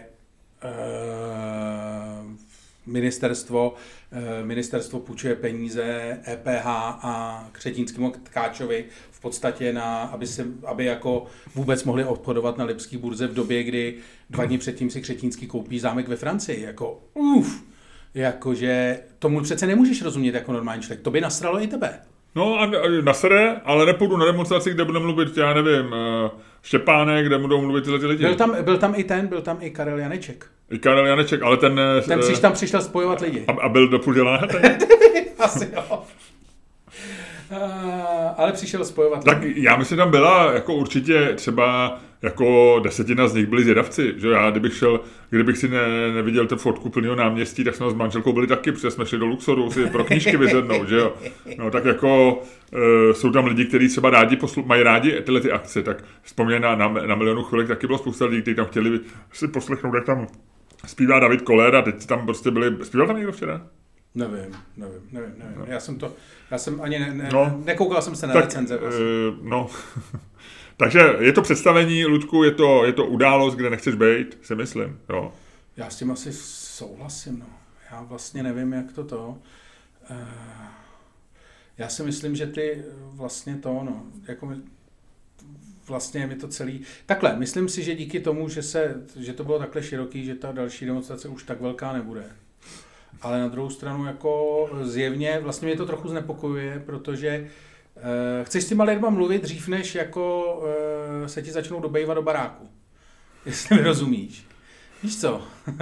ministerstvo, ministerstvo půjčuje peníze E P H a Křetínskému Tkáčovi v podstatě, na, aby, se, aby jako vůbec mohli obchodovat na lipské burze v době, kdy dva dny předtím si Křetínský koupí zámek ve Francii. Jako uf, jakože tomu přece nemůžeš rozumět jako normální člověk. To by nasralo i tebe. No a nasere, ale nepůjdu na demonstraci, kde bude mluvit, já nevím, Štěpánek, kde budou mluvit tyhle ty lidi. Byl tam, byl tam i ten, byl tam i Karel Janeček. I Karel Janeček, ale ten... Ten přiš tam přišel spojovat lidi. A, a byl do půl dělá? Asi jo. Uh, ale přišel spojovat tak lidi. Já myslím, tam byla jako určitě třeba jako desetina z nich byli zvědavci, že já kdybych šel, kdybych si ne, neviděl tu fotku plného náměstí, tak jsme s manželkou byli taky, protože jsme šli do Luxoru si pro knížky vyzvednout, že jo. No tak jako e, jsou tam lidi, kteří třeba rádi poslu, mají rádi tyhle ty akce, tak vzpomněj na, na, na Milionu chvilek taky bylo spousta lidí, kteří tam chtěli si poslechnout, jak tam zpívá David Koller a teď tam prostě byli, zpíval tam někdo včera? Nevím, nevím, nevím, nevím. No. Já jsem to, já jsem ani ne, ne, no, nekoukal jsem se na tak, recenze. Vlastně. E, no... Takže je to představení, Ludku, je to, je to událost, kde nechceš být, si myslím, jo. Já s tím asi souhlasím, no. Já vlastně nevím, jak to to... Uh, Já si myslím, že ty vlastně to, no, jako my, vlastně je mi to celý... Takhle, myslím si, že díky tomu, že, se, že to bylo takhle široký, že ta další demonstrace už tak velká nebude. Ale na druhou stranu jako zjevně, vlastně mě to trochu znepokojuje, protože eh, chceš s těma lidma mluvit dřív, než jako eh, se ti začnou dobejvat do baráku. Jestli mi rozumíš. Víš co?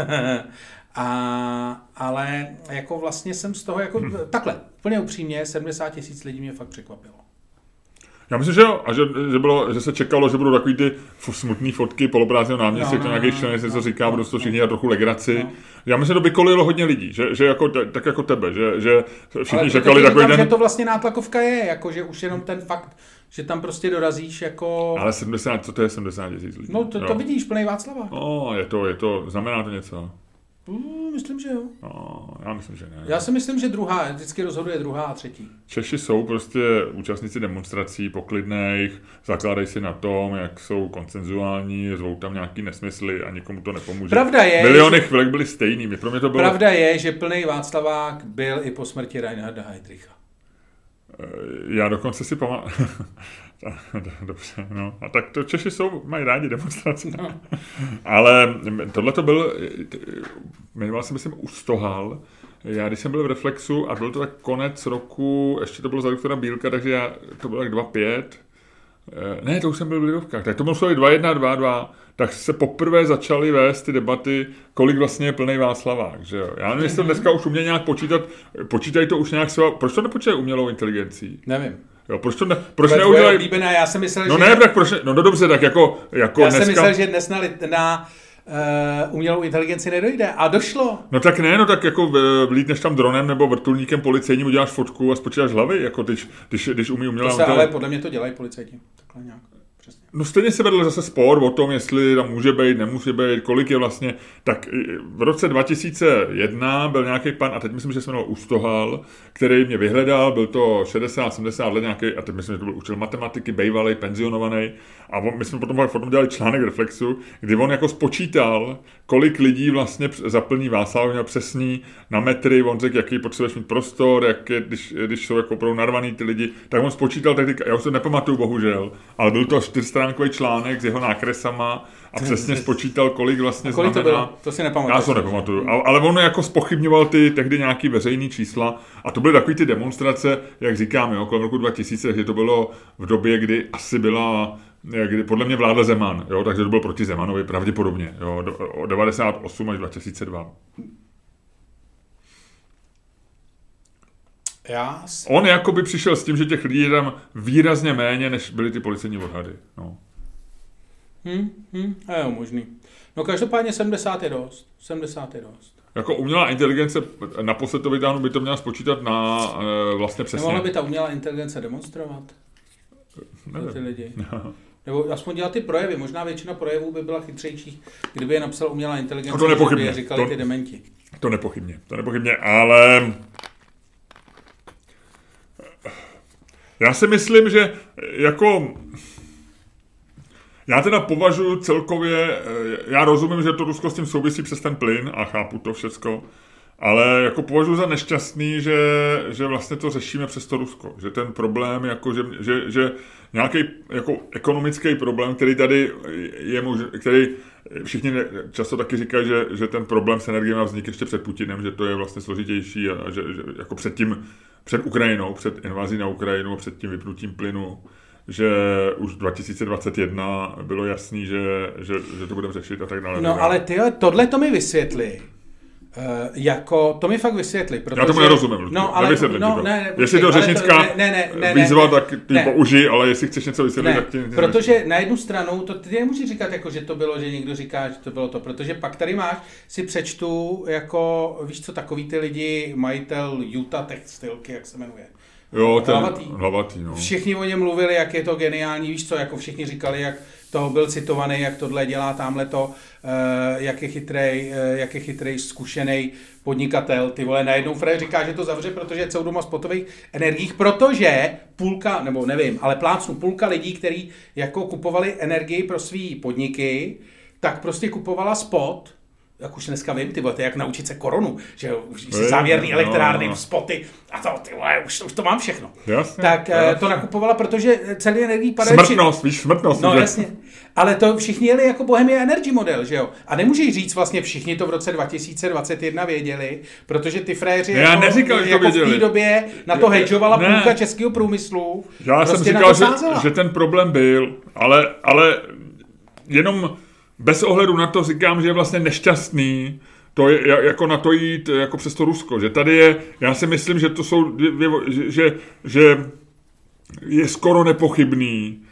A, ale jako vlastně jsem z toho, jako takhle, úplně upřímně, sedmdesát tisíc lidí mě fakt překvapilo. Já myslím, že jo, a že, že, bylo, že se čekalo, že budou takový ty smutný fotky poloprázdného náměstí, no, no, nějakých členů, no, co říká, no, budou to všichni no, a trochu legraci. No. Já myslím, že to by kolilo hodně lidí, že, že jako, tak jako tebe, že, že všichni ale čekali takový ten... že to vlastně nátlakovka je, jako že už jenom ten fakt, že tam prostě dorazíš jako... Ale sedmdesát, co to je sedmdesát tisíc lidí? No to, to vidíš, plnej Václava. No, je to, je to, znamená to něco. Uh, myslím, že jo. No, já myslím, že ne. Já si myslím, že druhá, vždycky rozhoduje druhá a třetí. Češi jsou prostě účastníci demonstrací poklidných, zakládají si na tom, jak jsou konsenzuální, zvou tam nějaký nesmysly a nikomu to nepomůže. Pravda je, miliony že... chvilek byly stejný. Pro mě to bylo... Pravda je, že plnej Václavák byl i po smrti Reinharda Heydricha. Já dokonce si pamatuju... Dobře, no. A tak to Češi jsou, mají rádi demonstrace. No. Ale tohle to byl, jmenoval jsem, myslím, Ustohal. Já, když jsem byl v Reflexu a byl to tak konec roku, ještě to bylo za doktora Bílka, takže já, to bylo tak dva pět. Ne, to už jsem byl v Lidovkách. Tak to muselo být dva jedna, dva dva. Tak se poprvé začaly vést ty debaty, kolik vlastně je plnej Václavák, že jo. Já nevím, jestli to dneska už umějí nějak počítat, počítají to už nějak svá, proč to nepočítají umělou inteligencí? Nevím. Jo, proč to ne, proč neudělají... Oblíbené, já jsem myslel, no že... ne, tak proč ne, no, no dobře, tak jako, jako já dneska... jsem myslel, že dnes na, na uh, umělou inteligenci nedojde a došlo. No tak ne, no tak jako vlítneš tam dronem nebo vrtulníkem policejním, uděláš fotku a spočítáš hlavy, jako když, když, když umí umělá inteligenci. Ale podle mě to dělají policajti, takhle nějak. Přesně. No stejně se vedl zase spor o tom, jestli tam může být, nemusí být, kolik je vlastně. Tak v roce dva tisíce jedna byl nějaký pan, a teď myslím, že se jmenoval Ustohal, který mě vyhledal, byl to šedesát sedmdesát let nějaký, a teď myslím, že to byl učitel matematiky, bejvalej, penzionovaný. A on, my jsme potom, potom dělali článek Reflexu, kdy on jako spočítal, kolik lidí vlastně zaplní Václav, měl přesný na metry, on řekl, jaký potřebuješ mít prostor, jak je, když, když jsou jako opravdu narvaný ty lidi, tak on spočítal, tak já už to nepamatuju bohužel, ale byl to čtyřstránkový článek s jeho nákresama a přesně spočítal, kolik vlastně kolik znamená. To bylo? To si nepamatuju. Já to nepamatuju, ale on jako zpochybňoval ty tehdy nějaký veřejný čísla a to byly takový ty demonstrace, jak říkám, jo, kolem roku dva tisíce, takže to bylo v době, kdy asi byla, kdy podle mě vládl Zeman, jo, takže to bylo proti Zemanovi pravděpodobně, jo, od devadesát osm až dva tisíce dva. Já... On jakoby přišel s tím, že těch lidí je tam výrazně méně, než byly ty policejní odhady. No. Hmm, hmm, a jo, možný. No každopádně sedmdesát je dost. sedmdesát je dost. Jako umělá inteligence, naposled to vytáhnu, by to měla spočítat na e, vlastně přesně. Nemohla by ta umělá inteligence demonstrovat? Nevím. Ty lidi. Nebo aspoň dělat ty projevy. Možná většina projevů by byla chytřejších, kdyby je napsala umělá inteligence, to nepochybně. Kdyby je říkali to, ty dementi. To nepochybně, to nepochybně, ale... Já si myslím, že jako... Já teda považuji celkově, já rozumím, že to Rusko s tím souvisí přes ten plyn a chápu to všecko, ale jako považuji za nešťastný, že, že vlastně to řešíme přes to Rusko. Že ten problém, jako že, že, že nějaký jako ekonomický problém, který tady je možný, který všichni často taky říkají, že, že ten problém s energiemi vznik ještě před Putinem, že to je vlastně složitější a že, že jako před tím, před Ukrajinou, před invazí na Ukrajinu, před tím vypnutím plynu, že už dva tisíce dvacet jedna bylo jasný, že, že, že to budeme řešit a tak dále. No ale ty, tohle to mi vysvětli. Uh, jako, to mi fakt vysvětli, protože... Já tomu nerozumím, no, ale, no, ne, ne, jestli to řečnická to, ne, ne, ne, výzva, ne, tak ty ne, použij, ale jestli chceš něco vysvětlit, ne, tak ti... Protože na jednu stranu, to ty nemůžeš říkat, jako, že to bylo, že někdo říká, že to bylo to, protože pak tady máš, si přečtu, jako, víš co, takový ty lidi, majitel Utah Textilky, jak se jmenuje. Jo, ten hlavatý. hlavatý, no. Všichni o něm mluvili, jak je to geniální, víš co, jako všichni říkali, jak toho byl citovaný, jak tohle dělá tamhleto, jak je chytrej, jak je chytrej, zkušenej podnikatel, ty vole, najednou Fred říká, že to zavře, protože je celou doma spotových energiích, protože půlka, nebo nevím, ale plácnu půlka lidí, kteří jako kupovali energii pro svý podniky, tak prostě kupovala spot jak už dneska vím, ty vole, to je jak naučit se koronu, že jo, už si závěrný elektrárny, no, spoty a to, ty vole, už, už to mám všechno. Jasně, tak jasně. To nakupovala, protože celý energii padají... Smrtnost, víš, smrtnost. No jasně, ale to všichni jeli jako Bohemia Energy model, že jo, a nemůžeš říct vlastně všichni to v roce dva tisíce dvacet jedna věděli, protože ty fréři já jako, neříkal, jako v té době na to hedžovala ne. půlka českého průmyslu. Já prostě jsem říkal, že, že ten problém byl, ale, ale jenom bez ohledu na to říkám, že je vlastně nešťastný to je, jako na to jít jako přes to Rusko, že tady je, já si myslím, že to jsou, že, že, že je skoro nepochybný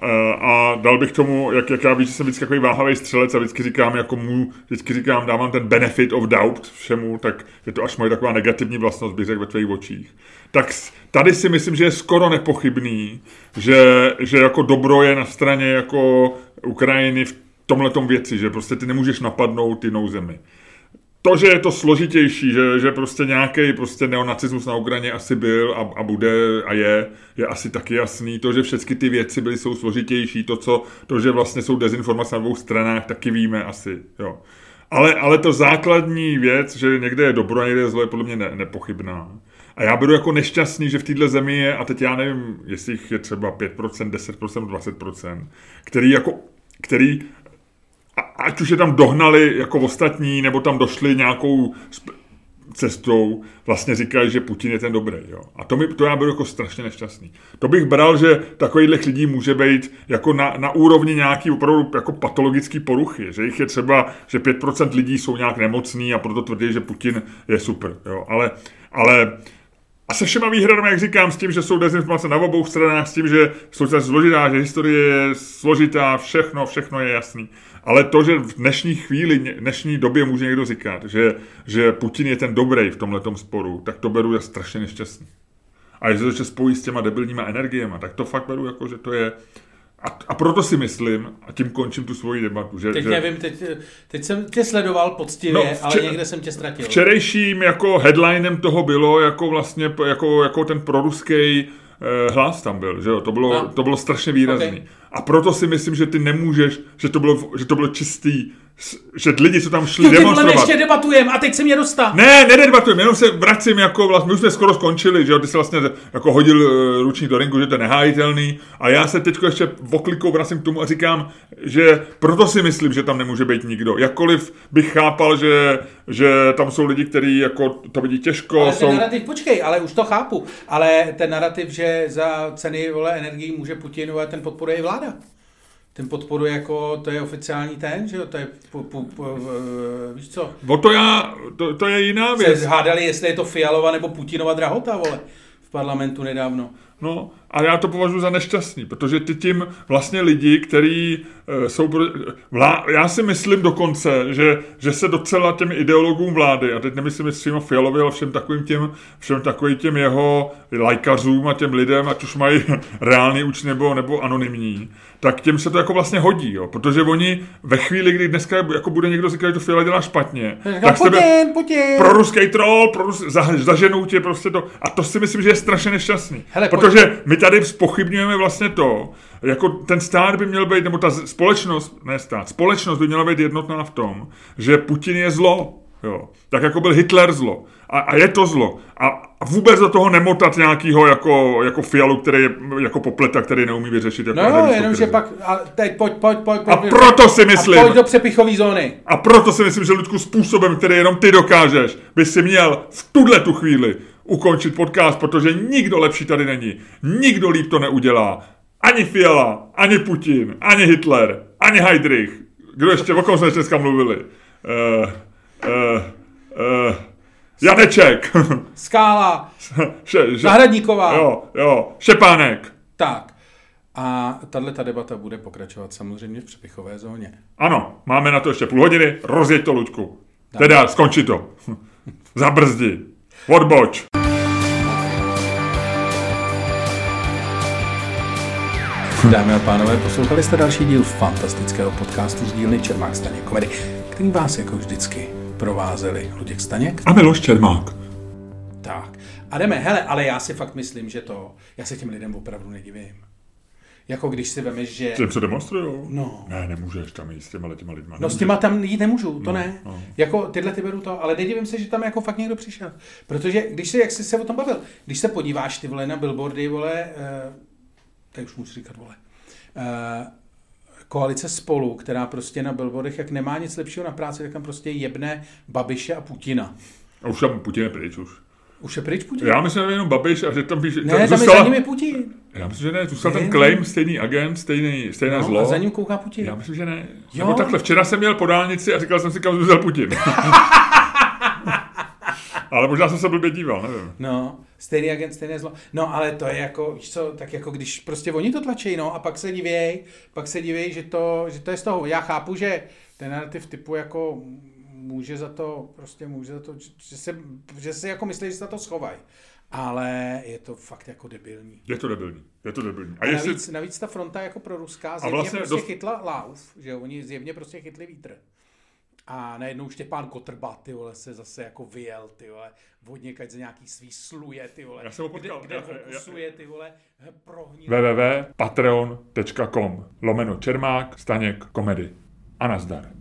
a dal bych tomu, jak, jak já víš, že jsem vždycky takový váhavý střelec a vždycky říkám, jako mu, vždycky říkám, dávám ten benefit of doubt všemu, tak je to až moje taková negativní vlastnost, bych řekl ve tvých očích. Tak tady si myslím, že je skoro nepochybný, že, že jako dobro je na straně jako Ukrajiny v tomhletom věci, že prostě ty nemůžeš napadnout jinou zemi. To, že je to složitější, že, že prostě nějaký prostě neonacismus na Ukrajině asi byl a, a bude a je, je asi taky jasný. To, že všechny ty věci byly, jsou složitější, to, co, to, že vlastně jsou dezinformace na dvou stranách, taky víme asi, jo. Ale, ale to základní věc, že někde je dobro a někde je zlo, je podle mě ne, nepochybná. A já budu jako nešťastný, že v této zemi je, a teď já nevím, jestli jich je třeba pět procent, deset procent, dvacet procent, který jako, který ať už je tam dohnali jako ostatní, nebo tam došli nějakou cestou, vlastně říkají, že Putin je ten dobrý. Jo. A to, mi, to já budu jako strašně nešťastný. To bych bral, že takovýchhle lidí může být jako na, na úrovni nějaký opravdu jako patologický poruchy. Že jich je třeba, že pět procent lidí jsou nějak nemocní a proto tvrdí, že Putin je super. Jo. Ale, ale a se všema výhradami, jak říkám, s tím, že jsou dezinformace na obou stranách, s tím, že jsou to složitá, že historie je složitá, všechno, všechno je jasný. Ale to, že v dnešní chvíli, dnešní době může někdo říkat, že, že Putin je ten dobrý v tomhletom sporu, tak to beru já strašně nešťastný. A když se to spojí s těma debilníma energiema, tak to fakt beru jako, že to je... A, a proto si myslím, a tím končím tu svoji debatu, že... Teď že, nevím, teď, teď jsem tě sledoval poctivě, no, vče, ale někde jsem tě ztratil. Včerejším jako headlinem toho bylo jako vlastně jako, jako ten proruský eh, hlas tam byl, že jo? To bylo, no. to bylo strašně výrazný. Okay. A proto si myslím, že ty nemůžeš, že to bylo, že to bylo čistý, že lidi, co tam šli jo, demonstrovat. Jo, ještě debatujeme a teď se mě dostal. Ne, nedebatujeme, jenom se vracím jako vlastně, my už jsme skoro skončili, že jo, ty jsi vlastně jako hodil uh, ručník do ringu, že to je nehájitelný a já se teďko ještě oklikou vracím k tomu a říkám, že proto si myslím, že tam nemůže být nikdo. Jakkoliv bych chápal, že, že tam jsou lidi, kteří jako to vidí těžko. Ale jsou... ten narrativ, počkej, ale už to chápu, ale ten narrativ, že za ceny vole energií může Putin, ten podporuje i vláda. Ten podporuje jako, to je oficiální ten, že jo, to je, pu, pu, pu, víš co? O to já, to, to je jiná věc. Se hádali, jestli je to Fialova nebo Putinova drahota, vole, v parlamentu nedávno. No, a já to považuji za nešťastný, protože ty tím vlastně lidi, kteří e, jsou... Vlá, já si myslím dokonce, že, že se docela těm ideologům vlády, a teď nemyslím s svýma Fialovi, ale všem takovým těm, všem takovým těm jeho lajkařům a těm lidem, ať už mají reálný účet nebo, nebo anonymní, tak těm se to jako vlastně hodí, jo, protože oni ve chvíli, kdy dneska jako bude někdo říkat, že to Fiala dělá špatně, Říkám, tak Putin, sebe, Putin. Pro ruský troll, pro rus, za, zaženou tě prostě to, a to si myslím, že je strašně nešťastný. Hele, protože my tady zpochybňujeme vlastně to, jako ten stát by měl být, nebo ta společnost, ne stát, společnost by měla být jednotná v tom, že Putin je zlo, jo, tak jako byl Hitler zlo. A, a je to zlo. A, a vůbec do toho nemotat nějakýho jako, jako Fialu, který je jako popleta, který neumí vyřešit. Jako no jo, jenom, že pak, a teď pojď, pojď, pojď. A pojď, proto si myslím. A pojď do přepichové zóny. A proto si myslím, že Ludku způsobem, který jenom ty dokážeš, by si měl v tuhle tu chvíli ukončit podcast, protože nikdo lepší tady není. Nikdo líp to neudělá. Ani Fiala, ani Putin, ani Hitler, ani Heydrich. Kdo ještě, o kom jsme dneska mluvili? Uh, uh, uh, Janeček. Skála. Še, že, Zahradníková. Jo, jo. Šepánek. Tak. A tato debata bude pokračovat samozřejmě v přepichové zóně. Ano, máme na to ještě půl hodiny. Rozjeď to, Luďku. Teda, skonči to. Zabrzdi. Odboč. Dámy a pánové, poslouchali jste další díl fantastického podcastu z dílny Čermák Staněk Komedy, který vás jako vždycky provázeli Luděk Staněk a Miloš Čermák. Tak. A jdeme, hele, ale já si fakt myslím, že to, já se těm lidem opravdu nedivím. Jako když si vemeš, že... Těm se demonstrujou? No. Ne, nemůžeš tam jít s těma těma lidma. No s těma tam jít nemůžu, to no, ne. No. Jako tyhle ty beru to, ale nedivím se, že tam jako fakt někdo přišel. Protože když si, jak jsi se o tom bavil, když se podíváš ty vole na billboardy, vole, uh, tak už můžu říkat, vole, uh, koalice Spolu, která prostě na billboardech, jak nemá nic lepšího na práci, tak tam prostě jebne Babiše a Putina. A už tam Putin je pryč už. Už je pryč Putin? Já myslím, že jenom Babiš a že tam píše... Ne, tam, tam zůstala... je za ním je Putin. Já myslím, že ne, zůstal ten claim, stejný agent, stejný, stejné no, zlo. A za ním kouká Putin. Já myslím, že ne. Jo. Nebo takhle, včera jsem měl po dálnici a říkal jsem si, kam zmizel Putin. Ale možná jsem se blbě díval, nevím. No, stejný agent, stejné zlo. No, ale to je jako, víš co, tak jako když prostě oni to tlačí, no, a pak se divěj, pak se divěj, že to, že to je z toho. Já chápu, že ten narrativ typu jako může za to, prostě může za to, že se, že se jako myslí, že se za to schovají. Ale je to fakt jako debilní. Je to debilní, je to debilní. A, a navíc, jestli... navíc ta fronta jako proruská zjevně vlastně prostě dost... chytla lauf, že jo, oni zjevně prostě chytli vítr. A najednou Štěpán Kotrba, ty vole, se zase jako vyjel, ty vole, odněkať za nějaký svý sluje, ty vole. Já jsem ho potkal. Kde, kde fokusuje, ty vole, prohní. w w w tečka patreon tečka com lomeno Čermák, Staněk, komedy. A nazdar.